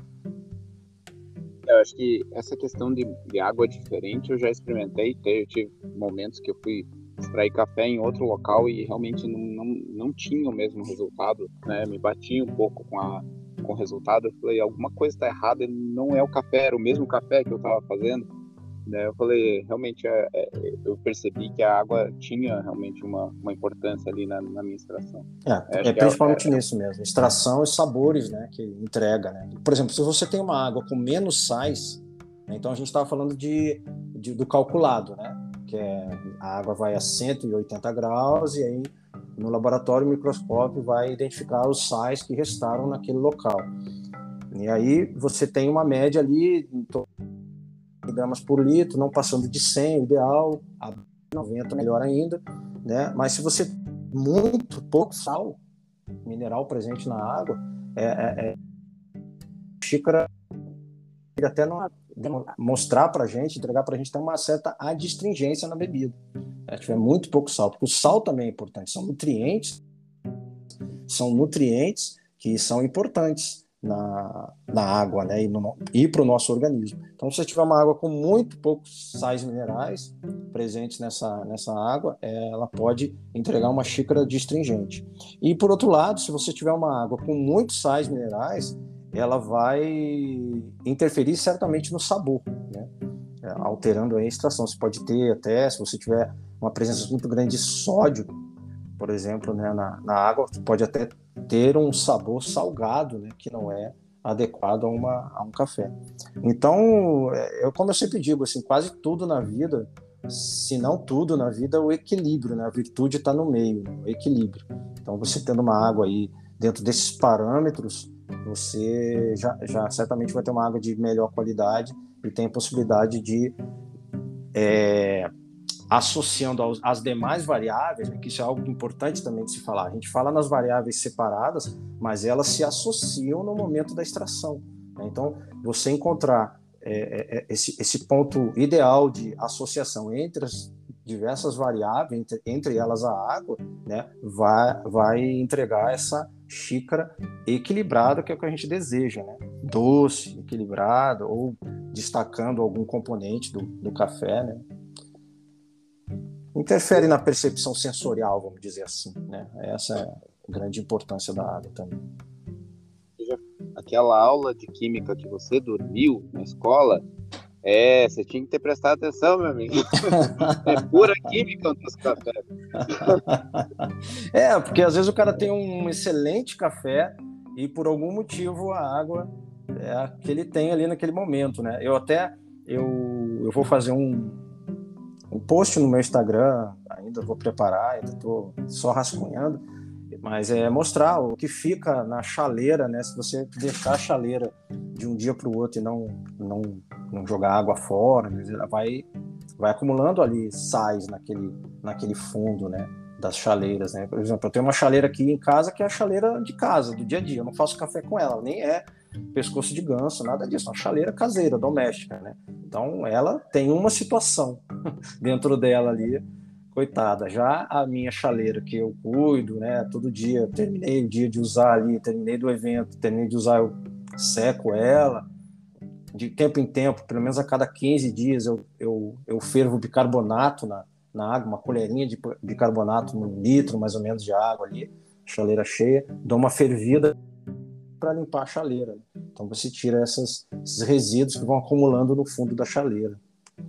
S1: Eu acho que essa questão de, de água diferente eu já experimentei, eu tive momentos que eu fui extrair café em outro local e realmente não, não, não tinha o mesmo resultado, né? Me batia um pouco com, a, com o resultado, eu falei, alguma coisa está errada, não é o café, era o mesmo café que eu estava fazendo. Né, eu falei, realmente, é, é, eu percebi que a água tinha realmente uma, uma importância ali na, na minha extração.
S2: É, é principalmente é, nisso mesmo, extração e sabores, né, que entrega, né? Por exemplo, se você tem uma água com menos sais, né, então a gente estava falando de, de, do calculado, né, que é, a água vai a cento e oitenta graus e aí no laboratório o microscópio vai identificar os sais que restaram naquele local. E aí você tem uma média ali em torno gramas por litro, não passando de cem, o ideal, a noventa, melhor ainda, né? Mas se você muito pouco sal mineral presente na água, é, é, é xícara até não mostrar para a gente, entregar para a gente tem uma certa adstringência na bebida. Se tiver muito pouco sal, porque o sal também é importante, são nutrientes, são nutrientes que são importantes na, na água, né, e, e para o nosso organismo. Então, se você tiver uma água com muito poucos sais minerais presentes nessa, nessa água, ela pode entregar uma xícara de astringente. E, por outro lado, se você tiver uma água com muitos sais minerais, ela vai interferir certamente no sabor, né, alterando a extração. Você pode ter até, se você tiver uma presença muito grande de sódio, por exemplo, né, na, na água, pode até ter um sabor salgado, né, que não é adequado a, uma, a um café. Então, eu, como eu sempre digo, assim, quase tudo na vida, se não tudo na vida, é o equilíbrio, né? A virtude está no meio, né? O equilíbrio. Então, você tendo uma água aí dentro desses parâmetros, você já, já certamente vai ter uma água de melhor qualidade e tem a possibilidade de é, associando aos, às demais variáveis, que isso é algo importante também de se falar. A gente fala nas variáveis separadas, mas elas se associam no momento da extração, né? Então, você encontrar é, é, esse, esse ponto ideal de associação entre as diversas variáveis, entre, entre elas a água, né, vai, vai entregar essa xícara equilibrada, que é o que a gente deseja, né? Doce, equilibrado, ou destacando algum componente do, do café, né? Interfere na percepção sensorial, vamos dizer assim, né? Essa é a grande importância da água também.
S1: Aquela aula de química que você dormiu na escola, é, você tinha que ter prestado atenção, meu amigo. É pura química o nosso café.
S2: É, porque às vezes o cara tem um excelente café e por algum motivo a água é a que ele tem ali naquele momento, né? Eu até, eu, eu vou fazer um, um post no meu Instagram, ainda vou preparar, ainda estou só rascunhando, mas é mostrar o que fica na chaleira, né? Se você deixar a chaleira de um dia para o outro e não, não, não jogar água fora, ela vai, vai acumulando ali sais naquele, naquele fundo, né? Das chaleiras, né? Por exemplo, eu tenho uma chaleira aqui em casa que é a chaleira de casa, do dia a dia. Eu não faço café com ela, nem é pescoço de ganso, nada disso. É uma chaleira caseira, doméstica, né? Então, ela tem uma situação dentro dela ali, coitada. Já a minha chaleira que eu cuido, né? Todo dia, terminei o dia de usar ali, terminei do evento, terminei de usar, eu seco ela. De tempo em tempo, pelo menos a cada quinze dias, eu, eu, eu fervo bicarbonato na, na água, uma colherinha de bicarbonato num litro, mais ou menos, de água ali, chaleira cheia, dou uma fervida para limpar a chaleira. Então você tira essas, esses resíduos que vão acumulando no fundo da chaleira.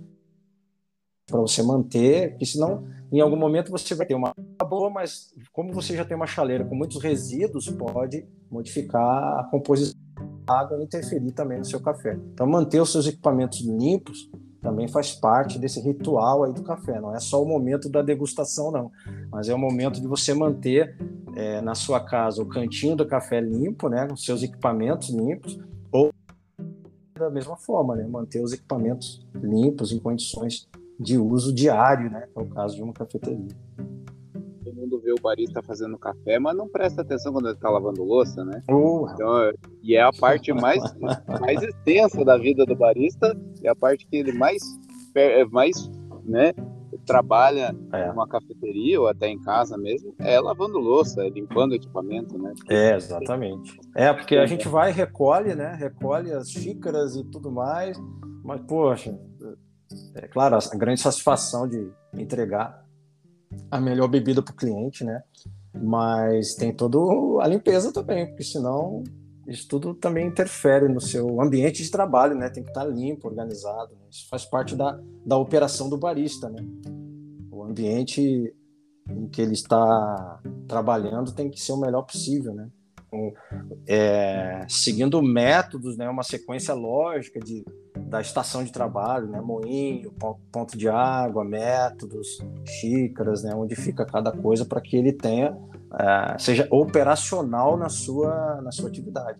S2: Para você manter, porque senão, em algum momento, você vai ter uma boa, mas como você já tem uma chaleira com muitos resíduos, pode modificar a composição da água e interferir também no seu café. Então, manter os seus equipamentos limpos também faz parte desse ritual aí do café. Não é só o momento da degustação, não, mas é o momento de você manter é, na sua casa o cantinho do café limpo, né, com seus equipamentos limpos, ou da mesma forma, né, manter os equipamentos limpos em condições de uso diário, né, que é o caso de uma cafeteria.
S1: Todo mundo vê o barista fazendo café, mas não presta atenção quando ele está lavando louça, né?
S2: Oh.
S1: Então, e é a parte mais, mais extensa da vida do barista, é a parte que ele mais, mais né, trabalha
S2: é.
S1: numa cafeteria ou até em casa mesmo, é lavando louça, é limpando o equipamento, né?
S2: É, exatamente. É, porque a gente vai e recolhe, né? Recolhe as xícaras e tudo mais, mas, poxa, é claro, a grande satisfação de entregar a melhor bebida para o cliente, né? Mas tem toda a limpeza também, porque senão isso tudo também interfere no seu ambiente de trabalho, né? Tem que estar limpo, organizado. Né? Isso faz parte da, da operação do barista, né? O ambiente em que ele está trabalhando tem que ser o melhor possível, né? Com, é, seguindo métodos, né? Uma sequência lógica de da estação de trabalho, né? Moinho, ponto de água, métodos, xícaras, né? Onde fica cada coisa para que ele tenha, uh, seja operacional na sua, na sua atividade.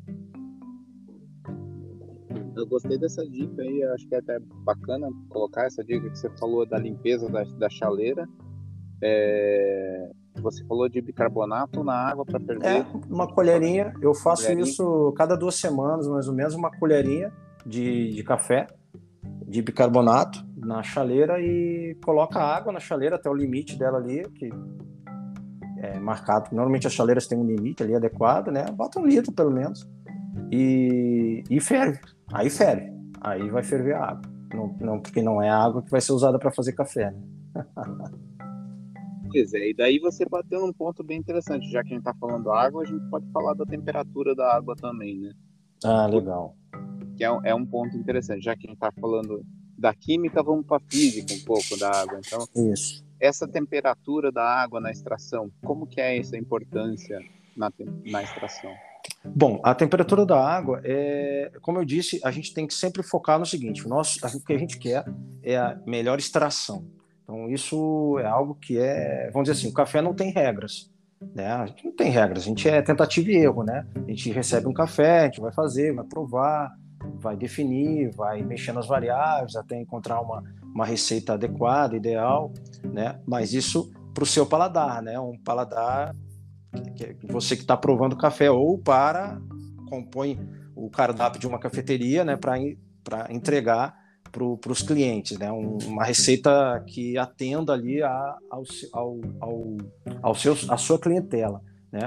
S1: Eu gostei dessa dica aí, eu acho que é até bacana colocar essa dica que você falou da limpeza da, da chaleira. É... Você falou de bicarbonato na água para ferver.
S2: É, uma colherinha, eu faço colherinha. Isso cada duas semanas, mais ou menos, uma colherinha De, de café, de bicarbonato na chaleira e coloca a água na chaleira até o limite dela ali, que é marcado. Normalmente as chaleiras têm um limite ali adequado, né? Bota um litro pelo menos e, e ferve. Aí ferve. Aí vai ferver a água. Não, não, porque não é a água que vai ser usada para fazer café, né?
S1: Pois é, e daí você bateu num ponto bem interessante. Já que a gente está falando água, a gente pode falar da temperatura da água também, né?
S2: Ah, legal.
S1: Que é um, é um ponto interessante, já que a gente está falando da química, vamos para a física um pouco da água. Então,
S2: isso.
S1: Essa temperatura da água na extração, como que é essa importância na, na extração?
S2: Bom, a temperatura da água, é, como eu disse, a gente tem que sempre focar no seguinte: o, nosso, o que a gente quer é a melhor extração. Então, isso é algo que é, vamos dizer assim, o café não tem regras. Né? A gente não tem regras, a gente é tentativa e erro, né? A gente recebe um café, a gente vai fazer, vai provar, vai definir, vai mexer nas variáveis até encontrar uma, uma receita adequada, ideal, né? Mas isso para o seu paladar, né? Um paladar que, que você que está provando café ou para compõe o cardápio de uma cafeteria, né? Para para entregar para os clientes, né? Um, uma receita que atenda ali a, ao, ao, ao, ao seu, a sua clientela, né?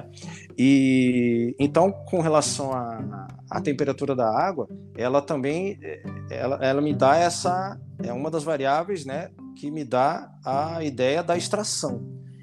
S2: E então, com relação à, à temperatura da água, ela também ela, ela me dá essa é uma das variáveis, né, que me dá a ideia da extração.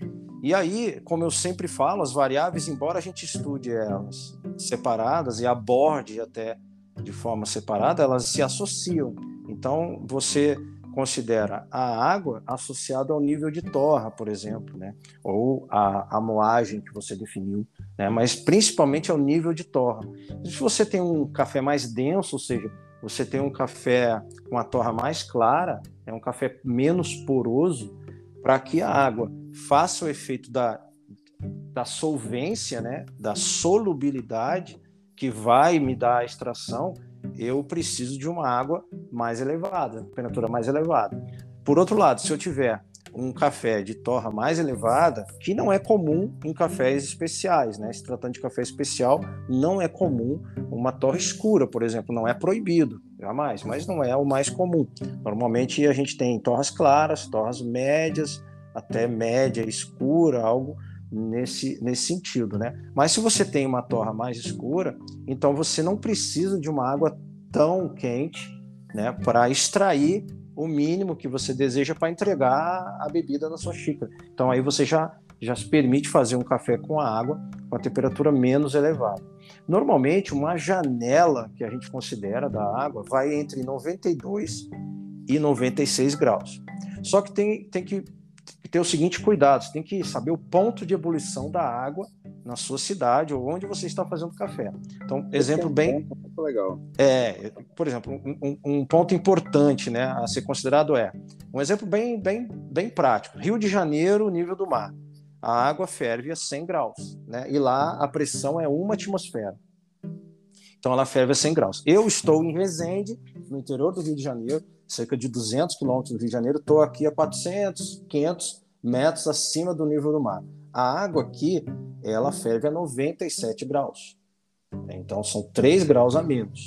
S2: E aí, como eu sempre falo, as variáveis, embora a gente estude elas separadas e aborde até de forma separada, elas se associam. Então, você considera a água associada ao nível de torra, por exemplo, né? Ou a, a moagem que você definiu, né? Mas principalmente ao nível de torra. Se você tem um café mais denso, ou seja, você tem um café com a torra mais clara, é um café menos poroso, para que a água faça o efeito da, da solvência, né? Da solubilidade, que vai me dar a extração, eu preciso de uma água mais elevada, temperatura mais elevada. Por outro lado, se eu tiver um café de torra mais elevada, que não é comum em cafés especiais, né? Se tratando de café especial, não é comum uma torra escura, por exemplo, não é proibido, jamais, mas não é o mais comum. Normalmente a gente tem torras claras, torras médias, até média, escura, algo nesse, nesse sentido, né? Mas se você tem uma torra mais escura, então você não precisa de uma água tão quente, né, para extrair o mínimo que você deseja para entregar a bebida na sua xícara. Então aí você já, já se permite fazer um café com a água com a temperatura menos elevada. Normalmente uma janela que a gente considera da água vai entre noventa e dois e noventa e seis graus. Só que tem, tem que ter o seguinte cuidado, você tem que saber o ponto de ebulição da água na sua cidade ou onde você está fazendo café. Então, exemplo bem...
S1: Muito legal.
S2: É, por exemplo, um, um, um ponto importante, né, a ser considerado é, um exemplo bem, bem, bem prático, Rio de Janeiro, nível do mar. A água ferve a cem graus, né, e lá a pressão é uma atmosfera. Então ela ferve a cem graus. Eu estou em Resende, no interior do Rio de Janeiro, cerca de duzentos quilômetros do Rio de Janeiro, estou aqui a quatrocentos, quinhentos metros acima do nível do mar. A água aqui, ela ferve a noventa e sete graus. Então são três graus a menos.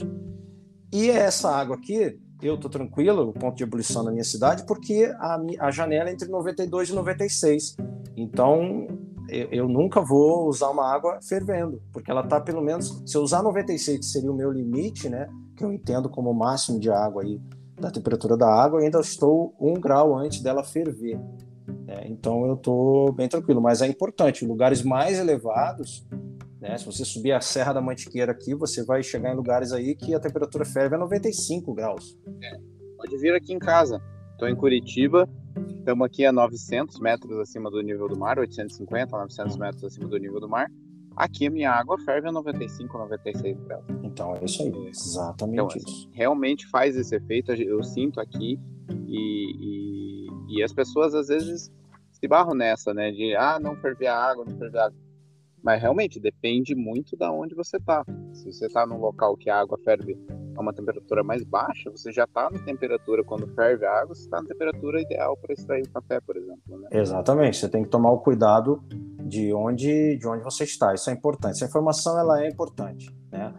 S2: E essa água aqui, eu estou tranquilo, o ponto de ebulição na minha cidade, porque a, a janela é entre noventa e dois e noventa e seis. Então eu, eu nunca vou usar uma água fervendo, porque ela está pelo menos, se eu usar noventa e seis, que seria o meu limite, né, que eu entendo como o máximo de água aí, da temperatura da água, ainda estou um grau antes dela ferver. É, então eu estou bem tranquilo, mas é importante, em lugares mais elevados, né, se você subir a Serra da Mantiqueira aqui, você vai chegar em lugares aí que a temperatura ferve a noventa e cinco graus.
S1: É, pode vir aqui em casa. Estou em Curitiba, estamos aqui a novecentos metros acima do nível do mar, oitocentos e cinquenta, novecentos metros acima do nível do mar. Aqui a minha água ferve a noventa e cinco, noventa e seis graus.
S2: Então é isso aí, exatamente
S1: então,
S2: isso.
S1: Assim, realmente faz esse efeito, eu sinto aqui, e, e, e as pessoas às vezes se barram nessa, né, de, ah, não ferver a água, não ferver a água. Mas realmente depende muito da onde você está. Se você está num local que a água ferve a uma temperatura mais baixa, você já está na temperatura, quando ferve a água, você está na temperatura ideal para extrair o café, por exemplo, né?
S2: Exatamente, você tem que tomar o cuidado de onde, de onde você está, isso é importante, essa informação ela é importante, né?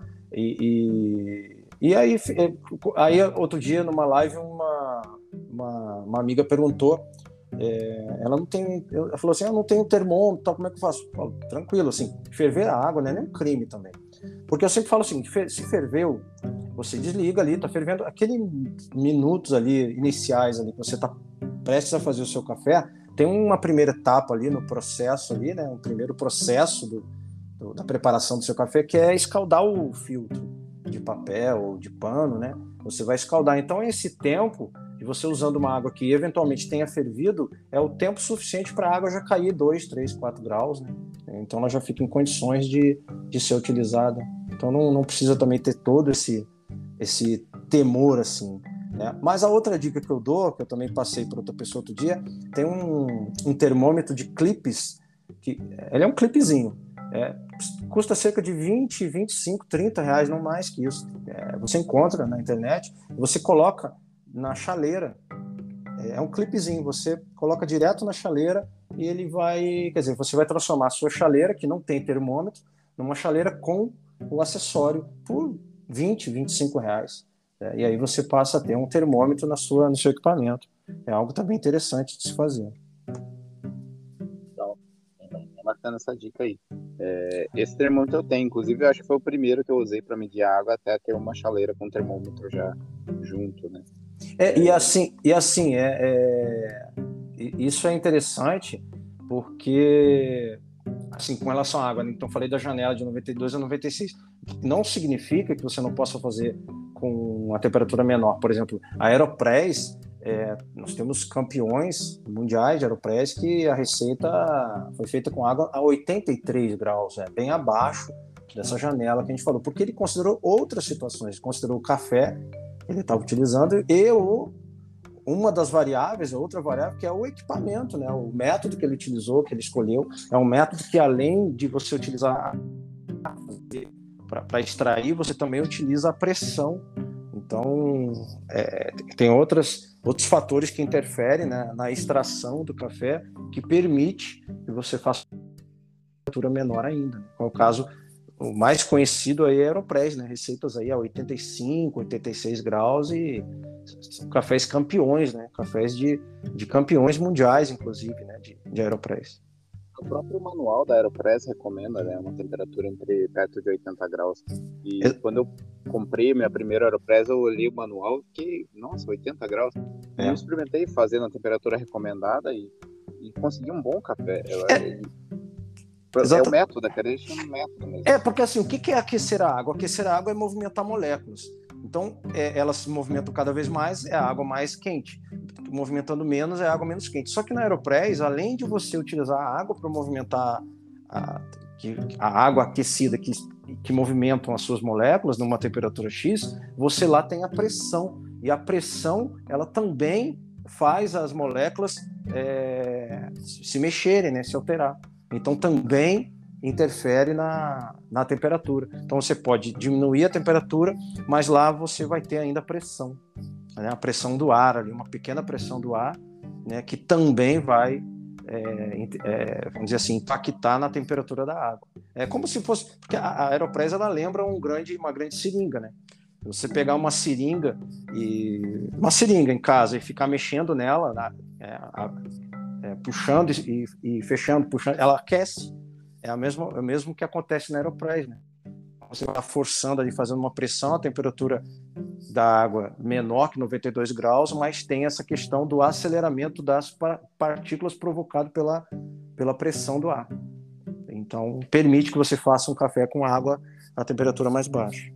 S2: E, e, e aí, aí, outro dia, numa live, uma, uma, uma amiga perguntou, é, ela não tem, ela falou assim, eu não tenho termômetro, tal, como é que eu faço? Eu falo, tranquilo, assim, ferver a água não é nem um crime também, porque eu sempre falo assim, se ferveu, você desliga ali, tá fervendo, aqueles minutos ali, iniciais ali, que você tá prestes a fazer o seu café, tem uma primeira etapa ali no processo ali, né, um primeiro processo do, do, da preparação do seu café, que é escaldar o filtro de papel ou de pano, né, você vai escaldar, então esse tempo de você usando uma água que eventualmente tenha fervido, é o tempo suficiente para a água já cair dois, três, quatro graus, né? Então ela já fica em condições de, de ser utilizada. Então não, não precisa também ter todo esse, esse temor assim, né? Mas a outra dica que eu dou, que eu também passei para outra pessoa outro dia, tem um, um termômetro de clipes, que ele é um clipezinho, é, custa cerca de vinte, vinte e cinco, trinta reais, não mais que isso. É, você encontra na internet, você coloca na chaleira, é um clipezinho, você coloca direto na chaleira e ele vai, quer dizer, você vai transformar a sua chaleira, que não tem termômetro, numa chaleira com o acessório por vinte, vinte e cinco reais. É, e aí você passa a ter um termômetro na sua, no seu equipamento. É algo também interessante de se fazer.
S1: Então, é bacana essa dica aí. É, esse termômetro eu tenho, inclusive eu acho que foi o primeiro que eu usei para medir a água, até ter uma chaleira com termômetro já junto, né?
S2: É, e assim, e assim é, é, isso é interessante porque, assim, com relação à água, né? Então falei da janela de noventa e dois a noventa e seis. Não significa que você não possa fazer com uma temperatura menor. Por exemplo, a Aeropress, é, nós temos campeões mundiais de Aeropress que a receita foi feita com água a oitenta e três graus, é, bem abaixo dessa janela que a gente falou, porque ele considerou outras situações, ele considerou o café que ele estava utilizando e o, uma das variáveis, a outra variável, que é o equipamento, né? O método que ele utilizou, que ele escolheu, é um método que, além de você utilizar para extrair, você também utiliza a pressão. Então, é, tem outras, outros fatores que interferem, né, na extração do café, que permite que você faça uma temperatura menor ainda. É o caso, o mais conhecido aí é a Aeropress, né? Receitas aí a oitenta e cinco, oitenta e seis graus e são cafés campeões, né? Cafés de, de campeões mundiais, inclusive, né? De, de Aeropress.
S1: O próprio manual da Aeropress recomenda, né, uma temperatura entre perto de oitenta graus. E quando eu comprei minha primeira Aeropress, eu olhei o manual e fiquei, nossa, oitenta graus. E
S2: É.
S1: eu experimentei fazer na temperatura recomendada e, e consegui um bom café. Eu,
S2: É,
S1: é o
S2: exata,
S1: método, a cadeia chama método mesmo.
S2: É, porque assim, o que é aquecer a água? Aquecer a água é movimentar moléculas. Então, é, elas se movimentam cada vez mais, é a água mais quente. Movimentando menos, é a água menos quente. Só que na Aeropress, além de você utilizar a água para movimentar a, a água aquecida que, que movimentam as suas moléculas numa temperatura X, você lá tem a pressão. E a pressão, ela também faz as moléculas é, se mexerem, né, se alterar. Então, também interfere na, na temperatura. Então você pode diminuir a temperatura, mas lá você vai ter ainda a pressão, né? A pressão do ar ali, uma pequena pressão do ar, né? Que também vai, é, é, vamos dizer assim, impactar na temperatura da água. É como se fosse, porque a, a Aeropress ela lembra um grande, uma grande seringa, né? Você pegar uma seringa e uma seringa em casa e ficar mexendo nela, né? é, a, é, puxando e, e fechando, puxando, ela aquece. É, a mesma, é o mesmo que acontece na Aeropress, né? Você está forçando ali, fazendo uma pressão, a temperatura da água menor que noventa e dois graus, mas tem essa questão do aceleramento das partículas provocado pela, pela pressão do ar. Então, permite que você faça um café com água a temperatura mais baixa.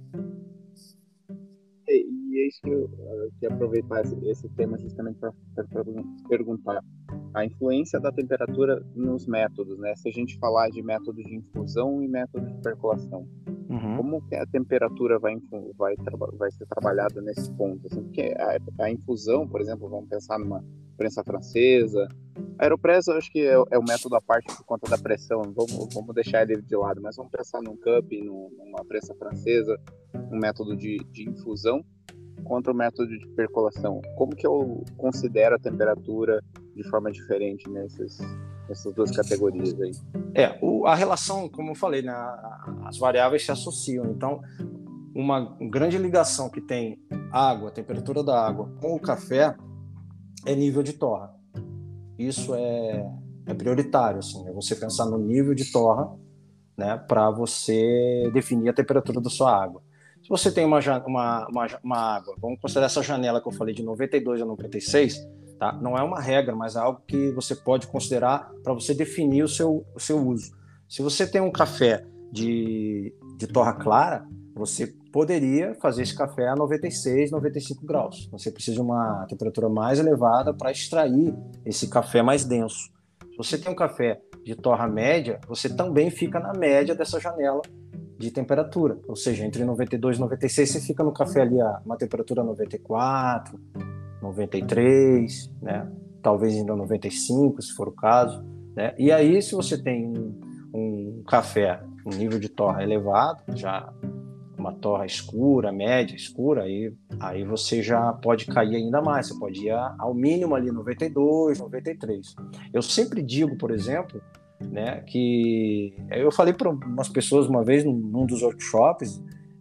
S1: E, e é isso que eu uh, queria aproveitar esse, esse tema justamente para perguntar. A influência da temperatura nos métodos, né? Se a gente falar de método de infusão e método de percolação, uhum. Como que a temperatura vai, vai, vai ser trabalhada nesse ponto? Assim, porque a, a infusão, por exemplo, vamos pensar numa prensa francesa. A Aeropress, eu acho que é, é o método à parte por conta da pressão. Vamos, vamos deixar ele de lado, mas vamos pensar num cup, num, numa prensa francesa, um método de, de infusão contra o método de percolação. Como que eu considero a temperatura de forma diferente nesses, nessas duas categorias aí?
S2: É, o, a relação, como eu falei, né, as variáveis se associam. Então, uma grande ligação que tem água, a temperatura da água com o café é nível de torra. Isso é, é prioritário, assim, é você pensar no nível de torra, né, para você definir a temperatura da sua água. Se você tem uma, uma, uma, uma água, vamos considerar essa janela que eu falei de noventa e dois a noventa e seis, tá? Não é uma regra, mas é algo que você pode considerar para você definir o seu, o seu uso. Se você tem um café de, de torra clara, você poderia fazer esse café a noventa e seis, noventa e cinco graus. Você precisa de uma temperatura mais elevada para extrair esse café mais denso. Se você tem um café de torra média, você também fica na média dessa janela de temperatura, ou seja, entre noventa e dois e noventa e seis você fica no café ali a uma temperatura noventa e quatro, noventa e três, né? Talvez ainda noventa e cinco, se for o caso, né? E aí, se você tem um, um café com um nível de torra elevado, já uma torra escura, média, escura, aí, aí você já pode cair ainda mais, você pode ir ao mínimo ali noventa e dois, noventa e três. Eu sempre digo, por exemplo, né, que eu falei para umas pessoas uma vez num, num dos workshops,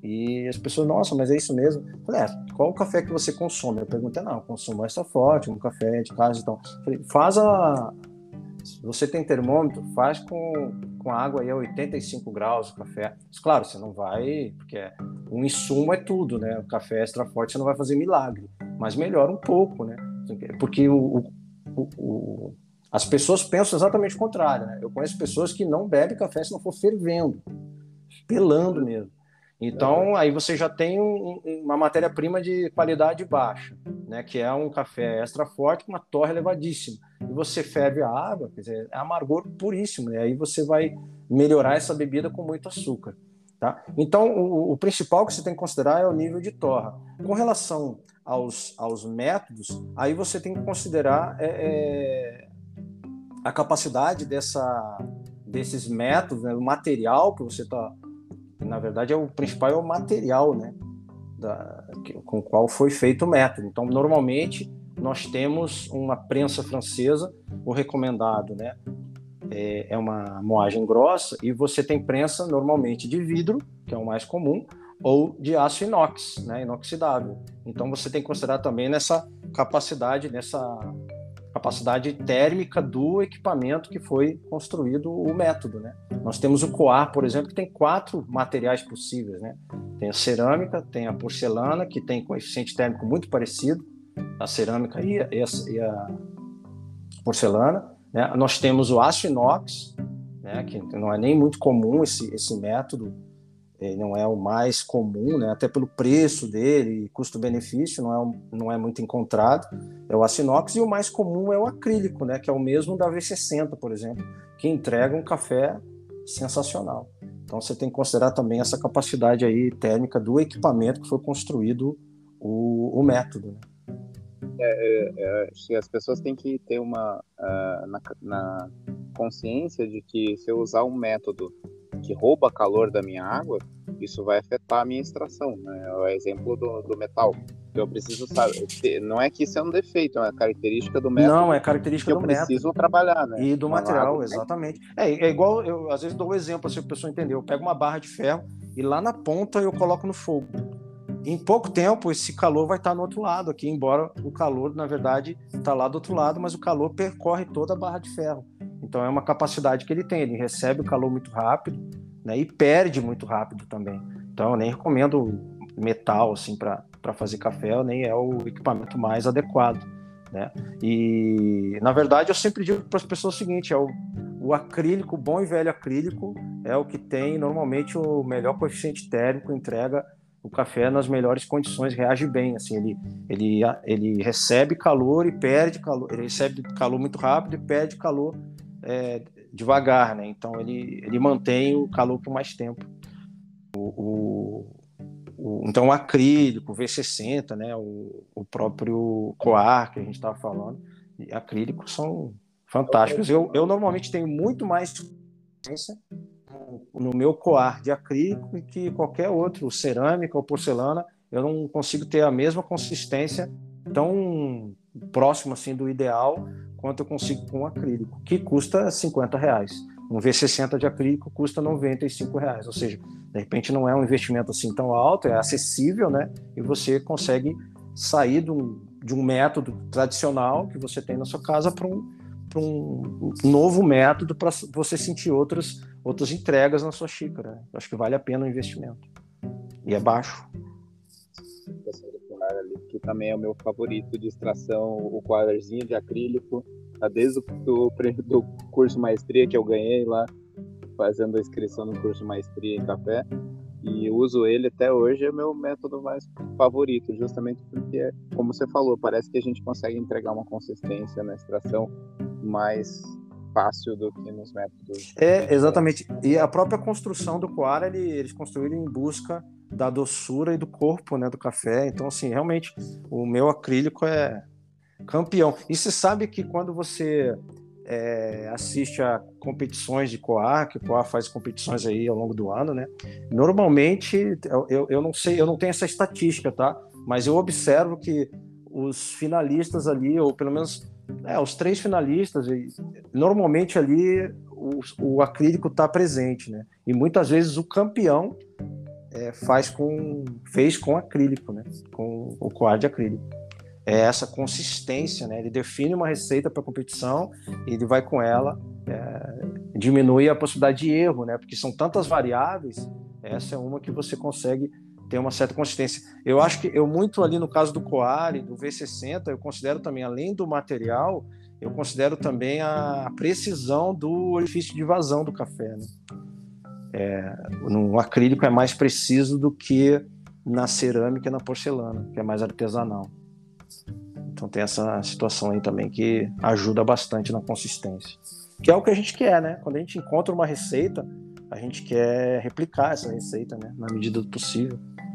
S2: E as pessoas, nossa, mas é isso mesmo? Eu falei, é, qual o café que você consome? Eu perguntei, não, eu consumo extra forte, um café de casa, então. Eu falei, faz a... Se você tem termômetro, faz com, com água aí a oitenta e cinco graus o café. Mas, claro, você não vai, porque um insumo é tudo, né? O café extra forte você não vai fazer milagre, mas melhora um pouco, né? Porque o, o, o, as pessoas pensam exatamente o contrário, né? Eu conheço pessoas que não bebem café se não for fervendo, pelando mesmo. Então, aí você já tem um, uma matéria-prima de qualidade baixa, né, que é um café extra forte com uma torre elevadíssima. E você ferve a água, quer dizer, é amargor puríssimo, né? Aí você vai melhorar essa bebida com muito açúcar. Tá? Então, o, o principal que você tem que considerar é o nível de torra. Com relação aos, aos métodos, aí você tem que considerar é, é, a capacidade dessa, desses métodos, né, o material que você está... Na verdade, é o principal é o material, né, da, com o qual foi feito o método. Então, normalmente, nós temos uma prensa francesa, o recomendado, né, é, é uma moagem grossa, e você tem prensa, normalmente, de vidro, que é o mais comum, ou de aço inox, né, inoxidável. Então, você tem que considerar também nessa capacidade, nessa capacidade térmica do equipamento que foi construído o método, né? Nós temos o coar, por exemplo, que tem quatro materiais possíveis, né? Tem a cerâmica, tem a porcelana, que tem coeficiente térmico muito parecido, a cerâmica e a, e a, e a porcelana, né? Nós temos o aço inox, né? Que não é nem muito comum esse, esse método, ele não é o mais comum, né? Até pelo preço dele, custo-benefício, não é, não é muito encontrado. É o aço inox, e o mais comum é o acrílico, né? Que é o mesmo da V sessenta, por exemplo, que entrega um café sensacional. Então você tem que considerar também essa capacidade aí térmica do equipamento que foi construído o, o método, né?
S1: É, é, acho que as pessoas têm que ter uma uh, na, na consciência de que se eu usar um método que rouba calor da minha água, isso vai afetar a minha extração, né? É o exemplo do, do metal. Eu preciso saber, não é que isso é um defeito, é uma característica do método.
S2: Não, é característica
S1: que eu
S2: do
S1: preciso
S2: método.
S1: trabalhar, né?
S2: E do
S1: Uma
S2: material,
S1: água,
S2: exatamente. É, é igual, eu às vezes dou um exemplo, assim, para a pessoa entender. Eu pego uma barra de ferro e lá na ponta eu coloco no fogo. Em pouco tempo, esse calor vai estar no outro lado aqui, embora o calor, na verdade, está lá do outro lado, mas o calor percorre toda a barra de ferro. Então é uma capacidade que ele tem, ele recebe o calor muito rápido, né, e perde muito rápido também. Então eu nem recomendo metal assim, para fazer café, nem é o equipamento mais adequado, né? E, na verdade, eu sempre digo para as pessoas o seguinte, é o, o acrílico, o bom e velho acrílico, é o que tem normalmente o melhor coeficiente térmico, entrega o café nas melhores condições, reage bem, assim, ele, ele, ele recebe calor e perde calor, ele recebe calor muito rápido e perde calor é, devagar, né? Então ele, ele mantém o calor por mais tempo. O, o, o, então o acrílico, o V sessenta, né? o, o próprio coar que a gente estava falando, e acrílicos são fantásticos. Eu, eu normalmente tenho muito mais no meu coar de acrílico que qualquer outro, cerâmica ou porcelana. Eu não consigo ter a mesma consistência tão próxima assim do ideal quanto eu consigo com acrílico, que custa cinquenta reais. Um V sessenta de acrílico custa noventa e cinco reais, ou seja, de repente não é um investimento assim tão alto, é acessível, né? E você consegue sair de um, de um método tradicional que você tem na sua casa para um, para um novo método para você sentir outras, outras entregas na sua xícara. Eu acho que vale a pena o investimento. E é baixo.
S1: Que também é o meu favorito de extração, o coarzinho de acrílico, desde o do, do curso maestria que eu ganhei lá, fazendo a inscrição no curso maestria em café, e uso ele até hoje, é o meu método mais favorito, justamente porque, como você falou, parece que a gente consegue entregar uma consistência na extração mais fácil do que nos métodos.
S2: É, exatamente. E a própria construção do coar, ele, eles construíram em busca da doçura e do corpo, né, do café. Então, assim, realmente, o meu acrílico é campeão. E você sabe que quando você é, assiste a competições de coar, que o coar faz competições aí ao longo do ano, né? Normalmente, eu, eu não sei, eu não tenho essa estatística, tá? Mas eu observo que os finalistas ali, ou pelo menos é, os três finalistas, normalmente ali o, o acrílico está presente, né? E muitas vezes o campeão é, faz com, fez com acrílico, né? Com o coar de acrílico. É essa consistência, né? Ele define uma receita para competição e ele vai com ela, é, diminui a possibilidade de erro, né? Porque são tantas variáveis, essa é uma que você consegue ter uma certa consistência. Eu acho que eu muito ali no caso do coar e do V sessenta, eu considero também, além do material, eu considero também a precisão do orifício de vazão do café, né? É, no acrílico é mais preciso do que na cerâmica e na porcelana, que é mais artesanal. Então tem essa situação aí também que ajuda bastante na consistência. Que é o que a gente quer, né? Quando a gente encontra uma receita, a gente quer replicar essa receita, né? Na medida do possível.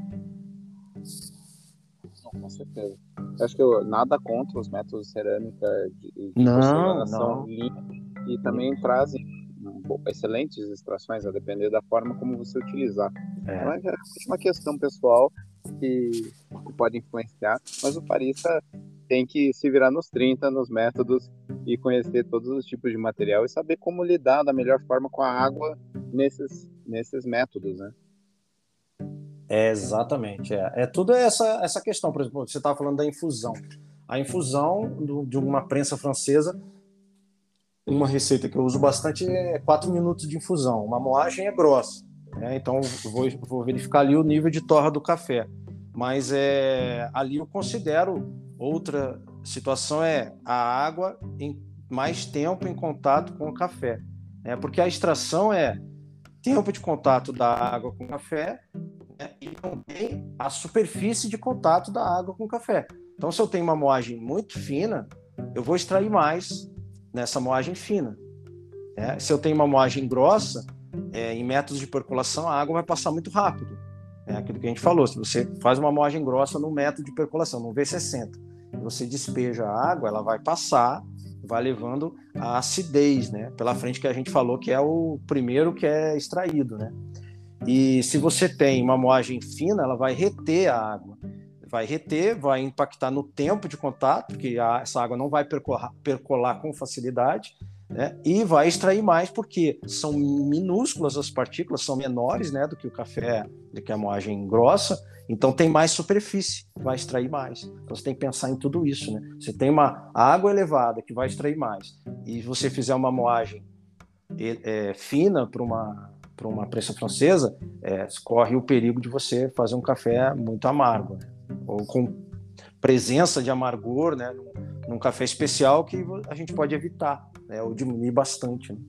S1: Não, com certeza. Eu acho que eu, nada contra os métodos de cerâmica e de
S2: Não,
S1: porcelana são
S2: não.
S1: limpos e também trazem excelentes extrações, a depender da forma como você utilizar.
S2: É.
S1: Então é uma questão pessoal que, que pode influenciar, mas o barista tem que se virar nos trinta, nos métodos, e conhecer todos os tipos de material e saber como lidar da melhor forma com a água nesses, nesses métodos, né?
S2: É, exatamente. É, é tudo essa, essa questão. Por exemplo, você estava falando da infusão. A infusão do, de uma prensa francesa, uma receita que eu uso bastante é quatro minutos de infusão. Uma moagem é grossa, né? Então eu vou, vou verificar ali o nível de torra do café. Mas é, ali eu considero outra situação é a água em mais tempo em contato com o café, né? Porque a extração é tempo de contato da água com o café, né? E também a superfície de contato da água com o café. Então, se eu tenho uma moagem muito fina, eu vou extrair mais nessa moagem fina, né? Se eu tenho uma moagem grossa, é, em métodos de percolação, a água vai passar muito rápido. É aquilo que a gente falou, se você faz uma moagem grossa no método de percolação, no V sessenta, você despeja a água, ela vai passar, vai levando a acidez, né, pela frente, que a gente falou que é o primeiro que é extraído, né? E se você tem uma moagem fina, ela vai reter a água, vai reter, vai impactar no tempo de contato, porque a, essa água não vai percolar, percolar com facilidade, né? E vai extrair mais, porque são minúsculas as partículas, são menores, né, do que o café, do que a moagem grossa, então tem mais superfície, vai extrair mais. Então você tem que pensar em tudo isso, né? Você tem uma água elevada que vai extrair mais, e você fizer uma moagem é, fina para uma, para uma prensa francesa, é, corre o perigo de você fazer um café muito amargo, né? Ou com presença de amargor, né, num, num café especial que a gente pode evitar, né, ou diminuir bastante, né?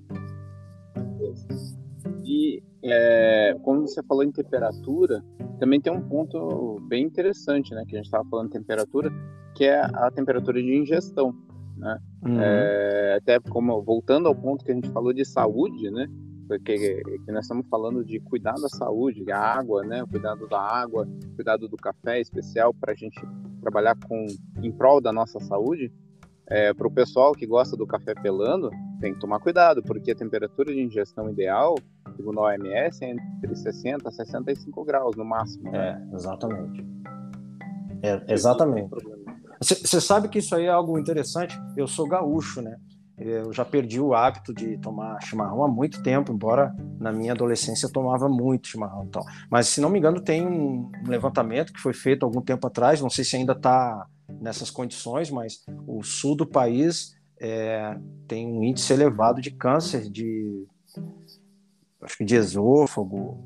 S1: E é, quando você falou em temperatura, também tem um ponto bem interessante, né, que a gente estava falando de temperatura, que é a temperatura de ingestão, né? Uhum. É, até como voltando ao ponto que a gente falou de saúde, né? Porque que nós estamos falando de cuidar da saúde, a água, né? O cuidado da água, cuidado do café especial para a gente trabalhar com em prol da nossa saúde. É, para o pessoal que gosta do café pelando, tem que tomar cuidado, porque a temperatura de ingestão ideal, segundo a O M S, é entre sessenta a sessenta e cinco graus no máximo. Né?
S2: É, exatamente. É, exatamente. Você sabe que isso aí é algo interessante? Eu sou gaúcho, né? Eu já perdi o hábito de tomar chimarrão há muito tempo, embora na minha adolescência eu tomava muito chimarrão. Então. Mas, se não me engano, tem um levantamento que foi feito algum tempo atrás, não sei se ainda está nessas condições, mas o sul do país é, tem um índice elevado de câncer de, acho que de esôfago.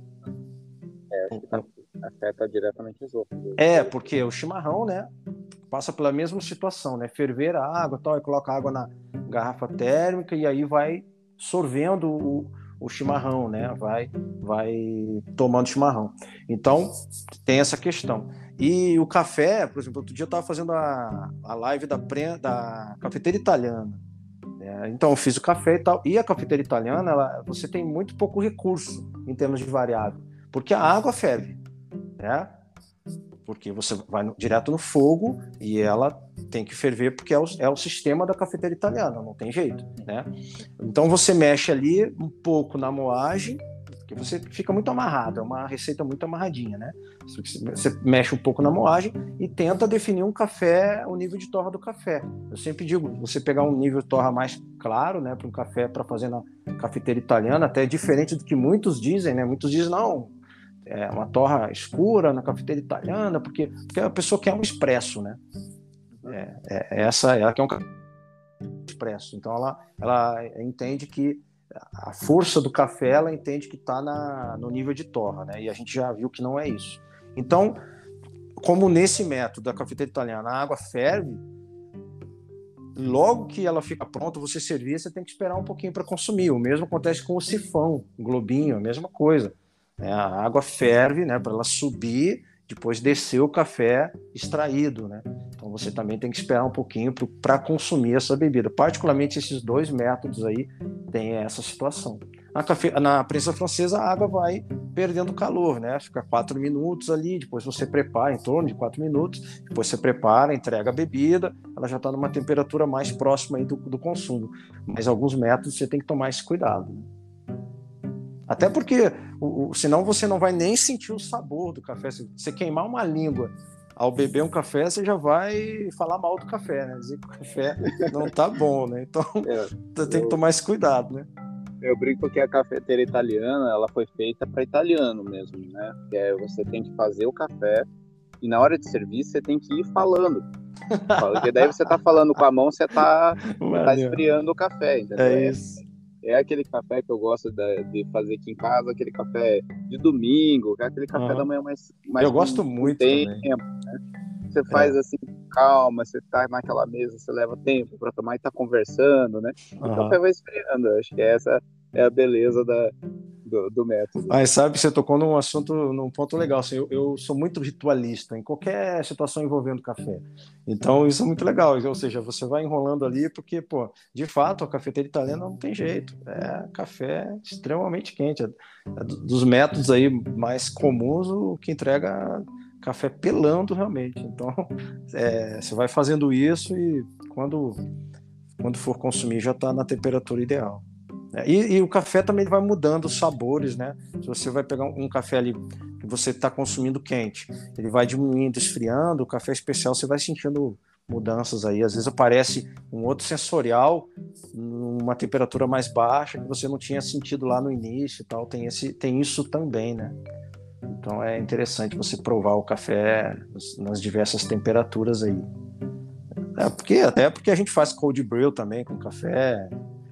S1: É, acho que tá, afeta diretamente o esôfago.
S2: É, porque o chimarrão, né, passa pela mesma situação, né, ferver a água, tal, e coloca a água na garrafa térmica e aí vai sorvendo o, o chimarrão, né, vai, vai tomando chimarrão. Então, tem essa questão. E o café, por exemplo, outro dia eu estava fazendo a, a live da, da cafeteira italiana, né? Então eu fiz o café e tal, e a cafeteira italiana, ela, você tem muito pouco recurso em termos de variável, porque a água ferve, né? Porque você vai no, direto no fogo e ela tem que ferver, porque é o, é o sistema da cafeteira italiana, não tem jeito, né? Então você mexe ali um pouco na moagem, que você fica muito amarrado, é uma receita muito amarradinha, né? Você mexe um pouco na moagem e tenta definir um café, o nível de torra do café. Eu sempre digo, você pegar um nível de torra mais claro, né, para um café para fazer na cafeteira italiana, até diferente do que muitos dizem, né? Muitos dizem, não, é, uma torra escura na cafeteira italiana, porque, porque a pessoa quer um expresso, né? É, é, essa, ela quer um café expresso. Então ela, ela entende que a força do café, ela entende que está no nível de torra, né? E a gente já viu que não é isso. Então, como nesse método da cafeteira italiana, a água ferve, logo que ela fica pronta, você servir, você tem que esperar um pouquinho para consumir. O mesmo acontece com o sifão, o globinho, a mesma coisa. É, a água ferve, né, para ela subir, depois descer o café extraído, né? Então você também tem que esperar um pouquinho para consumir essa bebida. Particularmente esses dois métodos aí têm essa situação. Na, cafe... Na prensa francesa, a água vai perdendo calor, né? Fica quatro minutos ali, depois você prepara, em torno de quatro minutos, depois você prepara, entrega a bebida, ela já está numa temperatura mais próxima aí do, do consumo. Mas alguns métodos você tem que tomar esse cuidado, né? Até porque, o, o, senão você não vai nem sentir o sabor do café. Se você queimar uma língua ao beber um café, você já vai falar mal do café, né? Dizer que o café não tá bom, né? Então, é, você tem eu... que tomar esse cuidado, né?
S1: Eu brinco que a cafeteira italiana, ela foi feita para italiano mesmo, né? Que é, você tem que fazer o café e na hora de servir você tem que ir falando. Porque daí você tá falando com a mão, você tá, você tá esfriando o café, entendeu?
S2: É isso.
S1: É, é aquele café que eu gosto de, de fazer aqui em casa, aquele café de domingo, aquele café uhum. da manhã mais, mais
S2: eu com, gosto muito com tempo,
S1: também. Né? Você faz é. assim, calma, você tá naquela mesa, você leva tempo para tomar e tá conversando, né? E uhum. o café vai esfriando. Acho que essa é a beleza da, do, do método.
S2: Mas sabe, você tocou num assunto, num ponto legal. Assim, eu, eu sou muito ritualista em qualquer situação envolvendo café. Então, isso é muito legal. Ou seja, você vai enrolando ali porque, pô, de fato, a cafeteira italiana não tem jeito. É café extremamente quente. É, é dos métodos aí mais comuns, o que entrega café pelando realmente. Então, é, você vai fazendo isso e quando, quando for consumir já está na temperatura ideal. E, e o café também vai mudando os sabores, né? Se você vai pegar um, um café ali que você está consumindo quente, ele vai diminuindo, esfriando. O café especial você vai sentindo mudanças aí. Às vezes aparece um outro sensorial, uma temperatura mais baixa que você não tinha sentido lá no início e tal. Tem, esse, tem isso também, né? Então é interessante você provar o café nas diversas temperaturas aí. É porque, até porque a gente faz cold brew também com café,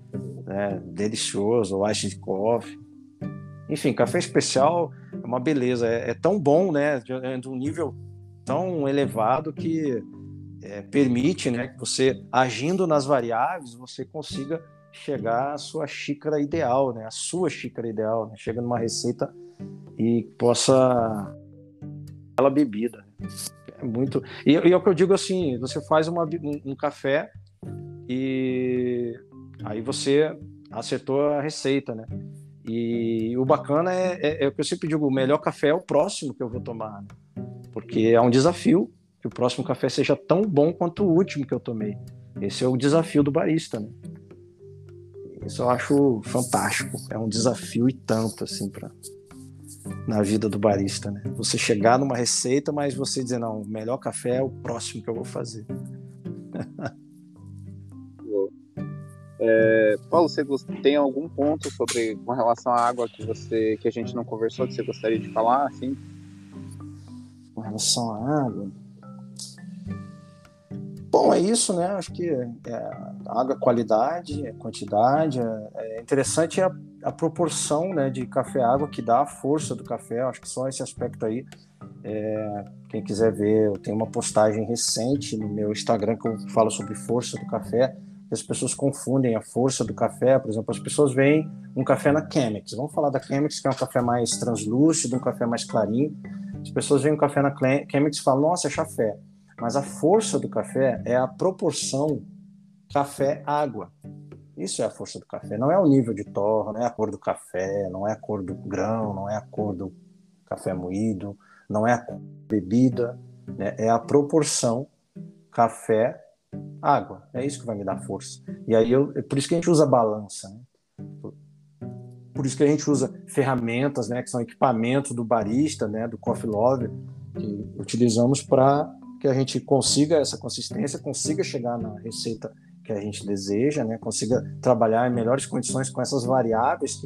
S2: né, delicioso, ou ice coffee. Enfim, café especial é uma beleza. É, é tão bom, né, de, de um nível tão elevado que é, permite, né, que você, agindo nas variáveis, você consiga chegar à sua xícara ideal, né, a sua xícara ideal, né, chega numa receita e possa aquela bebida. É muito. E, e é o que eu digo assim: você faz uma, um, um café e aí você acertou a receita, né? E o bacana é, é, é o que eu sempre digo: o melhor café é o próximo que eu vou tomar, né? Porque é um desafio que o próximo café seja tão bom quanto o último que eu tomei. Esse é o desafio do barista, né? Isso eu acho fantástico. É um desafio e tanto assim para na vida do barista, né? Você chegar numa receita, mas você dizer, não, o melhor café é o próximo que eu vou fazer.
S1: É, Paulo, você tem algum ponto sobre com relação à água que você que a gente não conversou, que você gostaria de falar, assim?
S2: Com relação à água, bom, é isso, né? Acho que é, água é qualidade, é quantidade. É, é interessante a, a proporção, né, de café-água que dá a força do café. Acho que só esse aspecto aí. É, quem quiser ver, eu tenho uma postagem recente no meu Instagram que eu falo sobre força do café. As pessoas confundem a força do café. Por exemplo, as pessoas veem um café na Chemex. Vamos falar da Chemex, que é um café mais translúcido, um café mais clarinho. As pessoas veem um café na Chemex e falam, nossa, é chafé. Mas a força do café é a proporção café-água. Isso é a força do café. Não é o nível de torra, não é a cor do café, não é a cor do grão, não é a cor do café moído, não é a cor da bebida, né? É a proporção café-água. É isso que vai me dar força. E aí eu, é por isso que a gente usa balança, né? Por isso que a gente usa ferramentas, né, que são equipamentos do barista, né, do coffee lover, que utilizamos para que a gente consiga essa consistência, consiga chegar na receita que a gente deseja, né? Consiga trabalhar em melhores condições com essas variáveis que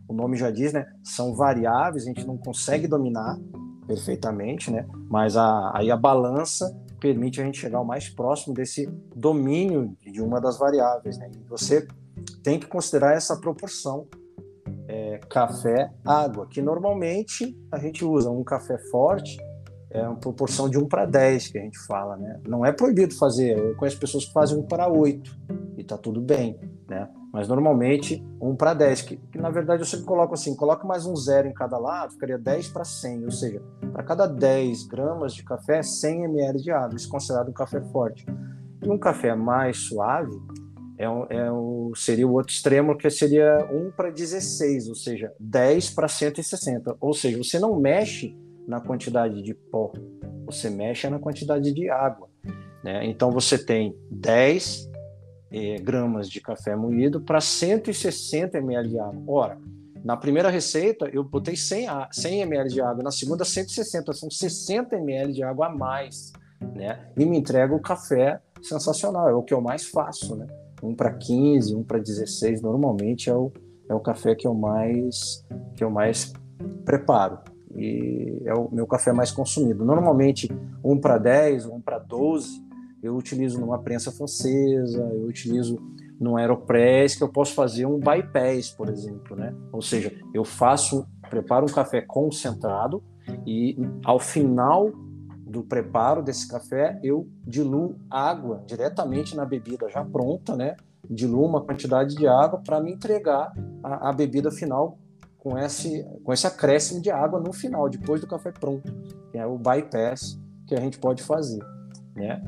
S2: o nome já diz, né? São variáveis, a gente não consegue dominar perfeitamente, né? Mas a, aí a balança permite a gente chegar o mais próximo desse domínio de uma das variáveis, né? E você tem que considerar essa proporção, é, café-água, que normalmente a gente usa um café forte, é uma proporção de um para dez que a gente fala, né? Não é proibido fazer, eu conheço pessoas que fazem um para oito e tá tudo bem, né? Mas normalmente um para dez, que, que na verdade eu sempre coloco assim, coloca mais um zero em cada lado, ficaria dez para cem, ou seja, para cada dez gramas de café, cem mililitros de água, isso é considerado um café forte. E um café mais suave é um, é um, seria o outro extremo, que seria um para dezesseis, ou seja, dez para cento e sessenta, ou seja, você não mexe na quantidade de pó, você mexe na quantidade de água, né? Então você tem dez eh, gramas de café moído para cento e sessenta mililitros de água. Ora, na primeira receita eu botei cem, cem mililitros de água, na segunda cento e sessenta, são sessenta mililitros de água a mais, né? E me entrega o café sensacional, é o que eu mais faço, né? um para quinze, um para dezesseis, normalmente é o, é o café que eu mais, que eu mais preparo. E é o meu café mais consumido. Normalmente, um para dez, um para doze, eu utilizo numa prensa francesa, eu utilizo num Aeropress, que eu posso fazer um bypass, por exemplo, né? Ou seja, eu faço, preparo um café concentrado e ao final do preparo desse café, eu diluo água diretamente na bebida já pronta, né? Diluo uma quantidade de água para me entregar a, a bebida final com esse, com esse acréscimo de água no final, depois do café pronto, que é o bypass que a gente pode fazer, né?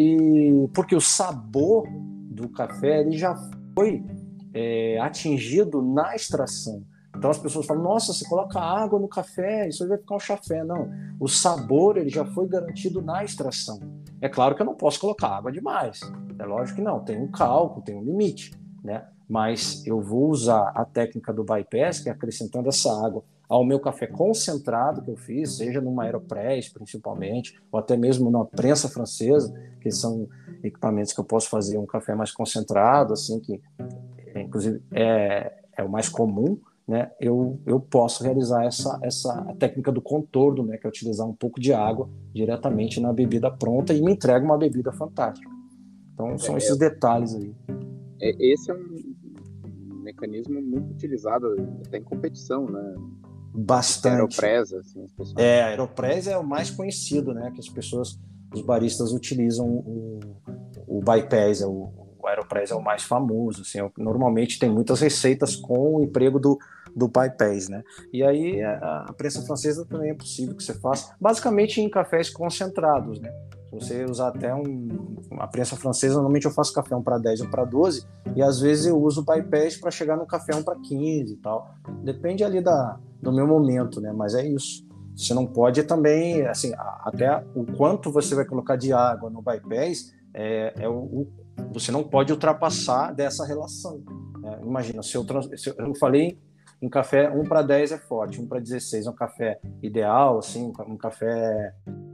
S2: E porque o sabor do café ele já foi é, atingido na extração. Então as pessoas falam, nossa, você coloca água no café, isso aí vai ficar um chafé. Não, o sabor ele já foi garantido na extração. É claro que eu não posso colocar água demais, é lógico que não, tem um cálculo, tem um limite, né? Mas eu vou usar a técnica do bypass, que é acrescentando essa água ao meu café concentrado que eu fiz, seja numa Aeropress principalmente, ou até mesmo numa prensa francesa, que são equipamentos que eu posso fazer um café mais concentrado, assim, que inclusive é, é o mais comum, né? Eu, eu posso realizar essa, essa técnica do contorno, né? Que é utilizar um pouco de água diretamente na bebida pronta e me entrega uma bebida fantástica. Então são
S1: É,
S2: esses detalhes aí.
S1: é, esse é um mecanismo muito utilizado até em competição, né?
S2: Bastante.
S1: Aeropress, assim, as pessoas...
S2: É, a Aeropress é o mais conhecido, né? Que as pessoas, os baristas utilizam o, o bypass, é o, o Aeropress é o mais famoso, assim, é, normalmente tem muitas receitas com o emprego do, do bypass, né? E aí a, a prensa francesa também é possível que você faça, basicamente em cafés concentrados, né? Se você usar até um, a prensa francesa, normalmente eu faço café um para dez, um para doze, e às vezes eu uso o bypass para chegar no café um para quinze e tal. Depende ali da, do meu momento, né? Mas é isso. Você não pode também, assim, até o quanto você vai colocar de água no bypass, é, é o, o, você não pode ultrapassar dessa relação, né? Imagina, se eu, se eu falei em café um para dez é forte, um para dezesseis é um café ideal, assim, um café...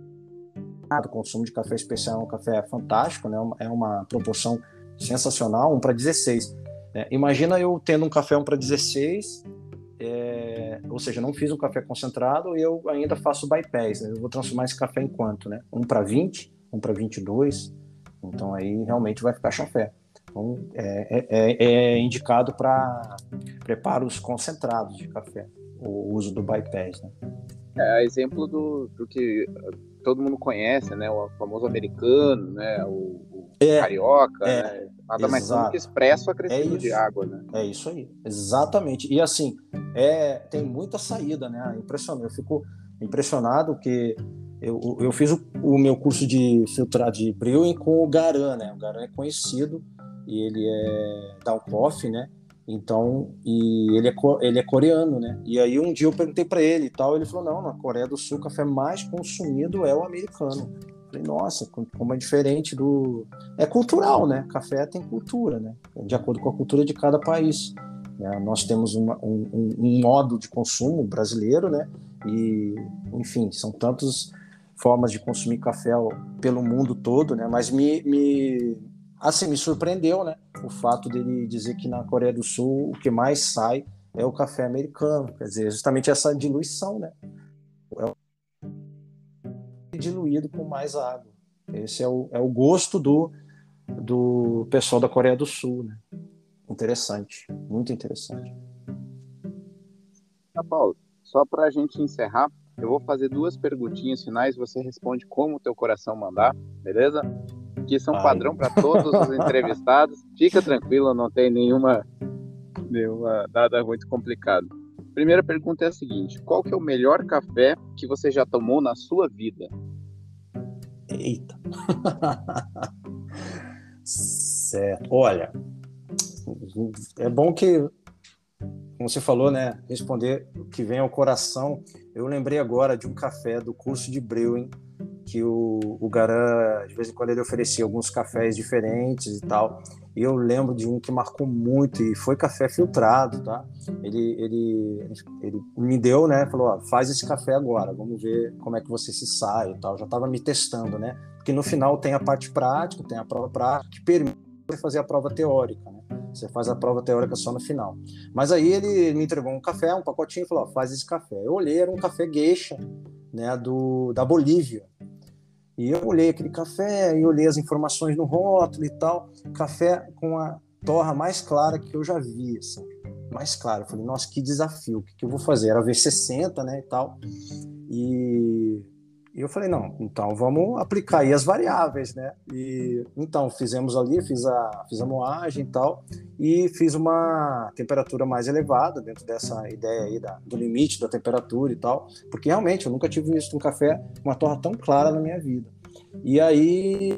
S2: O consumo de café especial é um café fantástico, né? É uma proporção sensacional, um para dezesseis. É, imagina eu tendo um café um para dezesseis, é, ou seja, não fiz um café concentrado e eu ainda faço bypass, né? Eu vou transformar esse café em quanto, né? um para vinte, um para vinte e dois, então aí realmente vai ficar chafé. Então é, é, é indicado para preparos concentrados de café, o uso do bypass, né?
S1: É exemplo do, do que todo mundo conhece, né? O famoso americano, né? O, o
S2: É,
S1: carioca,
S2: é,
S1: né? Nada mais são do que
S2: exato.
S1: expresso
S2: É
S1: acrescido de
S2: isso.
S1: água, né?
S2: É isso aí. Exatamente. E assim, é, tem muita saída, né? Impressionante. Eu fico impressionado que eu, eu fiz o, o meu curso de filtrar de brewing com o Garan, né? O Garan é conhecido e ele é da Alcoff, né? Então, e ele é, ele é coreano, né? E aí um dia eu perguntei para ele e tal, ele falou, não, na Coreia do Sul o café mais consumido é o americano. Eu falei, nossa, como é diferente do... É cultural, né? Café tem cultura, né? De acordo com a cultura de cada país. Né? Nós temos uma, um, um modo de consumo brasileiro, né? E, enfim, são tantas formas de consumir café pelo mundo todo, né? Mas me... me assim, me surpreendeu, né? O fato dele dizer que na Coreia do Sul o que mais sai é o café americano, quer dizer, justamente essa diluição, né? É o diluído com mais água. Esse é o, é o gosto do, do pessoal da Coreia do Sul, né? Interessante, muito interessante.
S1: Tá, Paulo, só para a gente encerrar, eu vou fazer duas perguntinhas finais, você responde como o teu coração mandar, beleza? Que são
S2: Ai.
S1: padrão para todos os entrevistados. Fica tranquilo, não tem nenhuma, nenhuma nada muito complicado. Primeira pergunta é a seguinte: qual que é o melhor café que você já tomou na sua vida?
S2: Eita. Certo. Olha, é bom que, como você falou, né, responder o que vem ao coração. Eu lembrei agora de um café do curso de Brewing, que o, o Garan, de vez em quando, ele oferecia alguns cafés diferentes e tal. E eu lembro de um que marcou muito, e foi café filtrado, tá? Ele, ele, ele me deu, né? Falou, ó, faz esse café agora, vamos ver como é que você se sai e tal. Já estava me testando, né? Porque no final tem a parte prática, tem a prova prática, que permite você fazer a prova teórica, né? Você faz a prova teórica só no final. Mas aí ele me entregou um café, um pacotinho, e falou, ó, faz esse café. Eu olhei, era um café geisha, né, do, da Bolívia. E eu olhei aquele café e olhei as informações no rótulo e tal. Café com a torra mais clara que eu já vi, assim. Mais clara. Eu falei, nossa, que desafio. O que, que eu vou fazer? Era V sessenta, né, e tal. E E eu falei, não, então vamos aplicar aí as variáveis, né? E então fizemos ali, fiz a, fiz a moagem e tal, e fiz uma temperatura mais elevada dentro dessa ideia aí da, do limite da temperatura e tal, porque realmente eu nunca tive visto um café, uma torra tão clara na minha vida. E aí,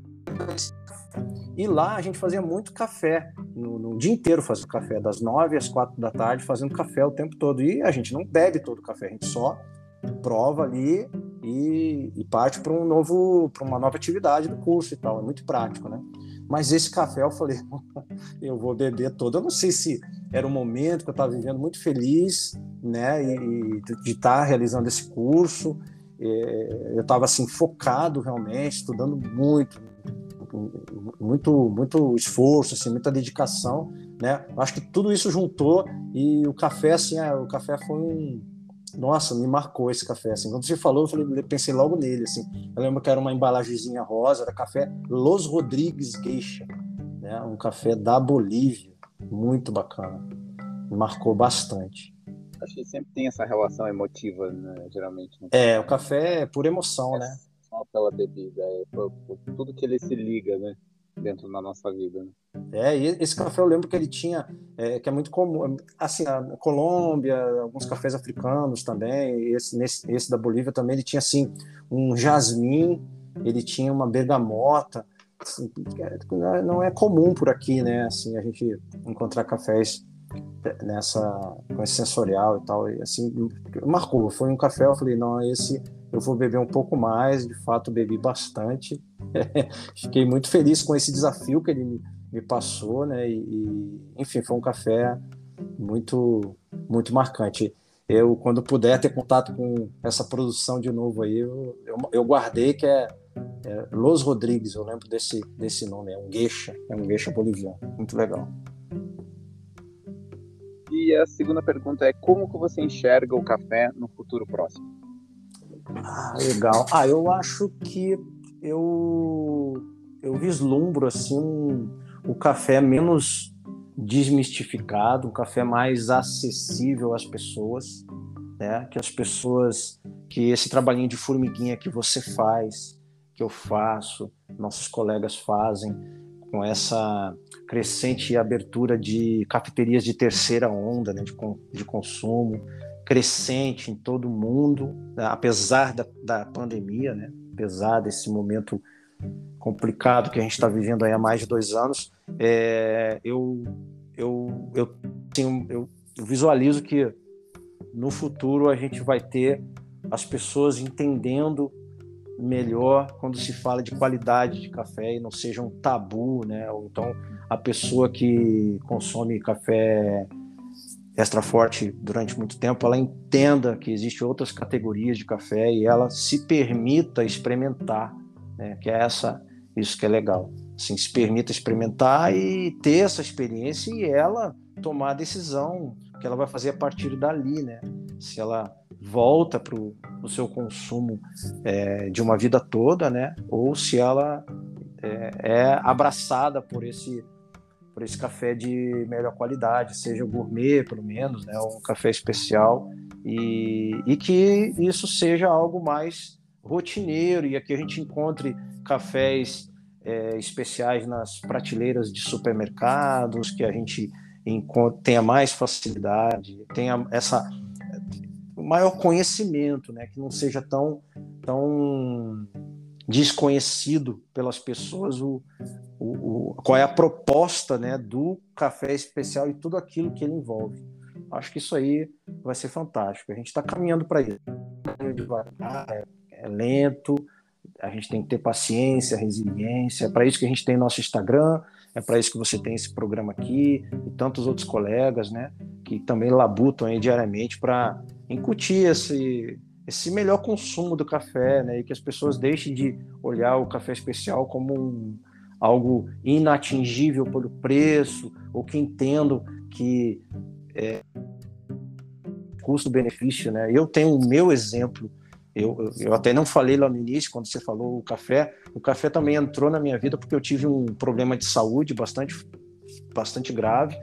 S2: e lá a gente fazia muito café, no, no dia inteiro fazia café, das nove às quatro da tarde, fazendo café o tempo todo. E a gente não bebe todo o café, a gente só prova ali e, e parte para um novo, para uma nova atividade do curso e tal. É muito prático, né? Mas esse café eu falei, eu vou beber todo. Eu não sei se era um momento que eu estava vivendo muito feliz, né? E, e de estar tá realizando esse curso. Eu estava assim focado realmente, estudando muito, muito, muito esforço, assim, muita dedicação, né? Acho que tudo isso juntou e o café, assim, é, o café foi um Nossa, me marcou esse café, assim. Quando você falou, eu falei, pensei logo nele, assim. Eu lembro que era uma embalagenzinha rosa, era café Los Rodrigues Geisha, né? Um café da Bolívia, muito bacana. Me marcou bastante.
S1: Acho que sempre tem essa relação emotiva, né, geralmente, né?
S2: É, o café é por emoção,
S1: É
S2: né?
S1: só pela bebida, é por, por tudo que ele se liga, né, dentro da nossa vida, né?
S2: É, e esse café eu lembro que ele tinha, é, que é muito comum, assim, na Colômbia, alguns cafés africanos também, esse, nesse, esse da Bolívia também, ele tinha, assim, um jasmim, ele tinha uma bergamota, assim, não é comum por aqui, né, assim, a gente encontrar cafés nessa, com esse sensorial e tal, e assim, marcou, foi um café, eu falei, não, esse eu vou beber um pouco mais, de fato bebi bastante, fiquei muito feliz com esse desafio que ele me, me passou, né, e, e enfim, foi um café muito, muito marcante. Eu, quando puder ter contato com essa produção de novo aí, eu, eu, eu guardei que é, é Los Rodrigues, eu lembro desse, desse nome, é um geisha, é um geisha boliviano, muito legal.
S1: E a segunda pergunta é: como que você enxerga o café no futuro próximo?
S2: Ah, legal. Ah, eu acho que eu, eu vislumbro assim um, o café menos desmistificado, um café mais acessível às pessoas, né? Que as pessoas, que esse trabalhinho de formiguinha que você faz, que eu faço, nossos colegas fazem, com essa crescente abertura de cafeterias de terceira onda, né, de, de consumo, crescente em todo o mundo, né, apesar da, da pandemia, né, apesar desse momento complicado que a gente está vivendo aí há mais de dois anos, é, eu, eu, eu, assim, eu, eu visualizo que no futuro a gente vai ter as pessoas entendendo melhor quando se fala de qualidade de café e não seja um tabu, né? Ou então a pessoa que consome café extra forte durante muito tempo, ela entenda que existem outras categorias de café e ela se permita experimentar, né? Que é essa, isso que é legal. Assim, se permita experimentar e ter essa experiência e ela tomar a decisão que ela vai fazer a partir dali, né? Se ela volta para o seu consumo é, de uma vida toda, né? Ou se ela é, é abraçada por esse, por esse café de melhor qualidade, seja gourmet, pelo menos, né? Um café especial, e, e que isso seja algo mais rotineiro, e aqui a gente encontre cafés é, especiais nas prateleiras de supermercados, que a gente encontre, tenha mais facilidade, tenha essa maior conhecimento, né? Que não seja tão, tão desconhecido pelas pessoas o, o, o, qual é a proposta, né, do café especial e tudo aquilo que ele envolve. Acho que isso aí vai ser fantástico. A gente está caminhando para isso. É, é lento, a gente tem que ter paciência, resiliência. É para isso que a gente tem nosso Instagram, é para isso que você tem esse programa aqui e tantos outros colegas, né, que também labutam aí diariamente para incutir esse, esse melhor consumo do café, né, e que as pessoas deixem de olhar o café especial como um, algo inatingível pelo preço, ou que entendam que é, custo-benefício, né? Eu tenho o meu exemplo. Eu, eu até não falei lá no início, quando você falou o café. O café também entrou na minha vida porque eu tive um problema de saúde bastante, bastante grave,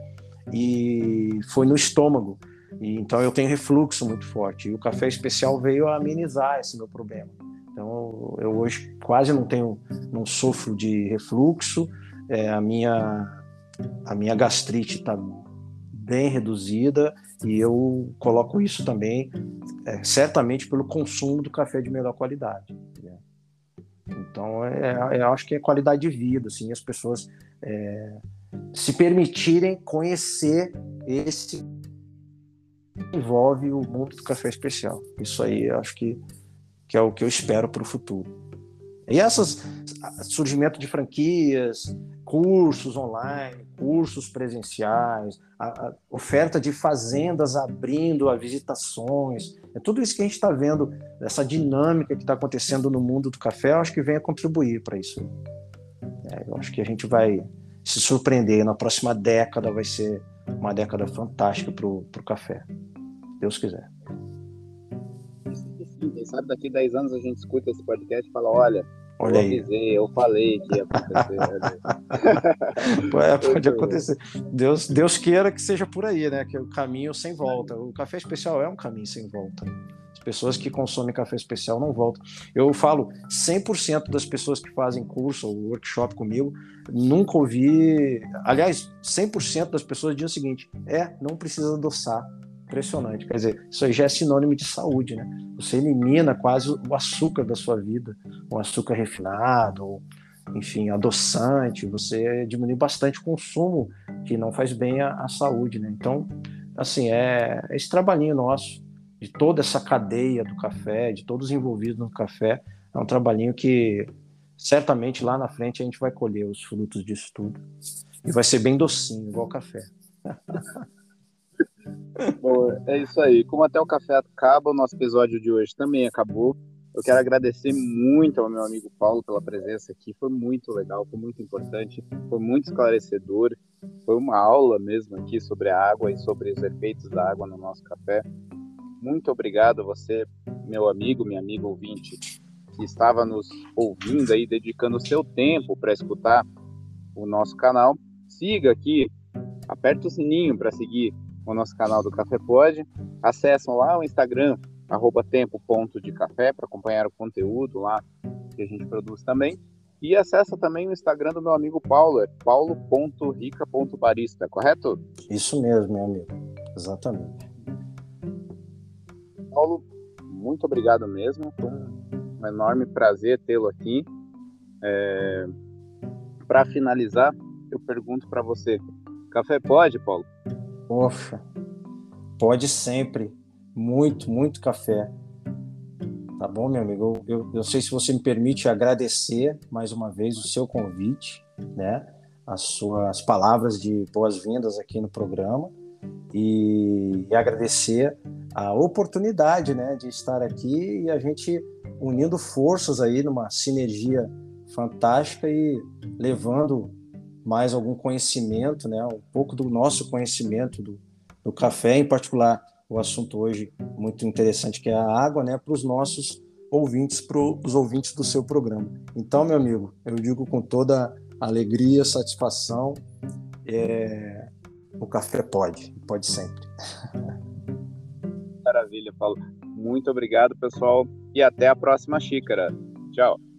S2: e foi no estômago. E, então eu tenho refluxo muito forte. E o café especial veio a amenizar esse meu problema. Então eu hoje quase não tenho, não sofro de refluxo. É, a minha, a minha gastrite está bem reduzida, e eu coloco isso também é, certamente pelo consumo do café de melhor qualidade, né? Então é, eu acho que é qualidade de vida, assim, as pessoas é, se permitirem conhecer esse que envolve o mundo do café especial. Isso aí eu acho que, que é o que eu espero para o futuro. E essas surgimento de franquias, cursos online, cursos presenciais, a, a oferta de fazendas abrindo a visitações, é tudo isso que a gente está vendo, essa dinâmica que está acontecendo no mundo do café, eu acho que vem a contribuir para isso. É, eu acho que a gente vai se surpreender, na próxima década vai ser uma década fantástica para o café, se Deus quiser.
S1: Sim, quem sabe daqui a dez anos a gente escuta esse podcast e fala, olha,
S2: Olha
S1: eu
S2: aí.
S1: avisei, eu falei que ia acontecer.
S2: É, pode acontecer. Deus, Deus queira que seja por aí, né? Que é o caminho sem volta. O café especial é um caminho sem volta. As pessoas que consomem café especial não voltam. Eu falo, cem por cento das pessoas que fazem curso ou workshop comigo, nunca ouvi... Aliás, cem por cento das pessoas dizem o seguinte, é, não precisa adoçar. Impressionante. Quer dizer, isso aí já é sinônimo de saúde, né? Você elimina quase o açúcar da sua vida, o açúcar refinado, enfim, adoçante, você diminui bastante o consumo, que não faz bem à, à saúde, né? Então, assim, é esse trabalhinho nosso, de toda essa cadeia do café, de todos os envolvidos no café, é um trabalhinho que certamente lá na frente a gente vai colher os frutos disso tudo. E vai ser bem docinho, igual café.
S1: Bom, é isso aí. Como até o café acaba, o nosso episódio de hoje também acabou. Eu quero agradecer muito ao meu amigo Paulo pela presença aqui. Foi muito legal, foi muito importante, foi muito esclarecedor. Foi uma aula mesmo aqui sobre a água e sobre os efeitos da água no nosso café. Muito obrigado a você, meu amigo, minha amiga ouvinte, que estava nos ouvindo aí, dedicando o seu tempo para escutar o nosso canal. Siga aqui, aperta o sininho para seguir o nosso canal do Café Pod. Acessam lá o Instagram, arroba tempo ponto de café, para acompanhar o conteúdo lá que a gente produz também. E acessa também o Instagram do meu amigo Paulo, é paulo ponto rica ponto barista, correto?
S2: Isso mesmo, meu amigo. Exatamente.
S1: Paulo, muito obrigado mesmo. Foi um enorme prazer tê-lo aqui. É... Para finalizar, eu pergunto para você, café pode, Paulo?
S2: Poxa, pode sempre. Muito, muito café. Tá bom, meu amigo? Eu, eu, eu sei se você me permite agradecer mais uma vez o seu convite, né? As suas palavras de boas-vindas aqui no programa, e, e agradecer a oportunidade, né, de estar aqui e a gente unindo forças aí numa sinergia fantástica e levando mais algum conhecimento, né, um pouco do nosso conhecimento do, do café, em particular o assunto hoje muito interessante que é a água, né, para os nossos ouvintes, para os ouvintes do seu programa. Então, meu amigo, eu digo com toda alegria, satisfação, é, o café pode, pode sempre.
S1: Maravilha, Paulo. Muito obrigado, pessoal, e até a próxima xícara. Tchau.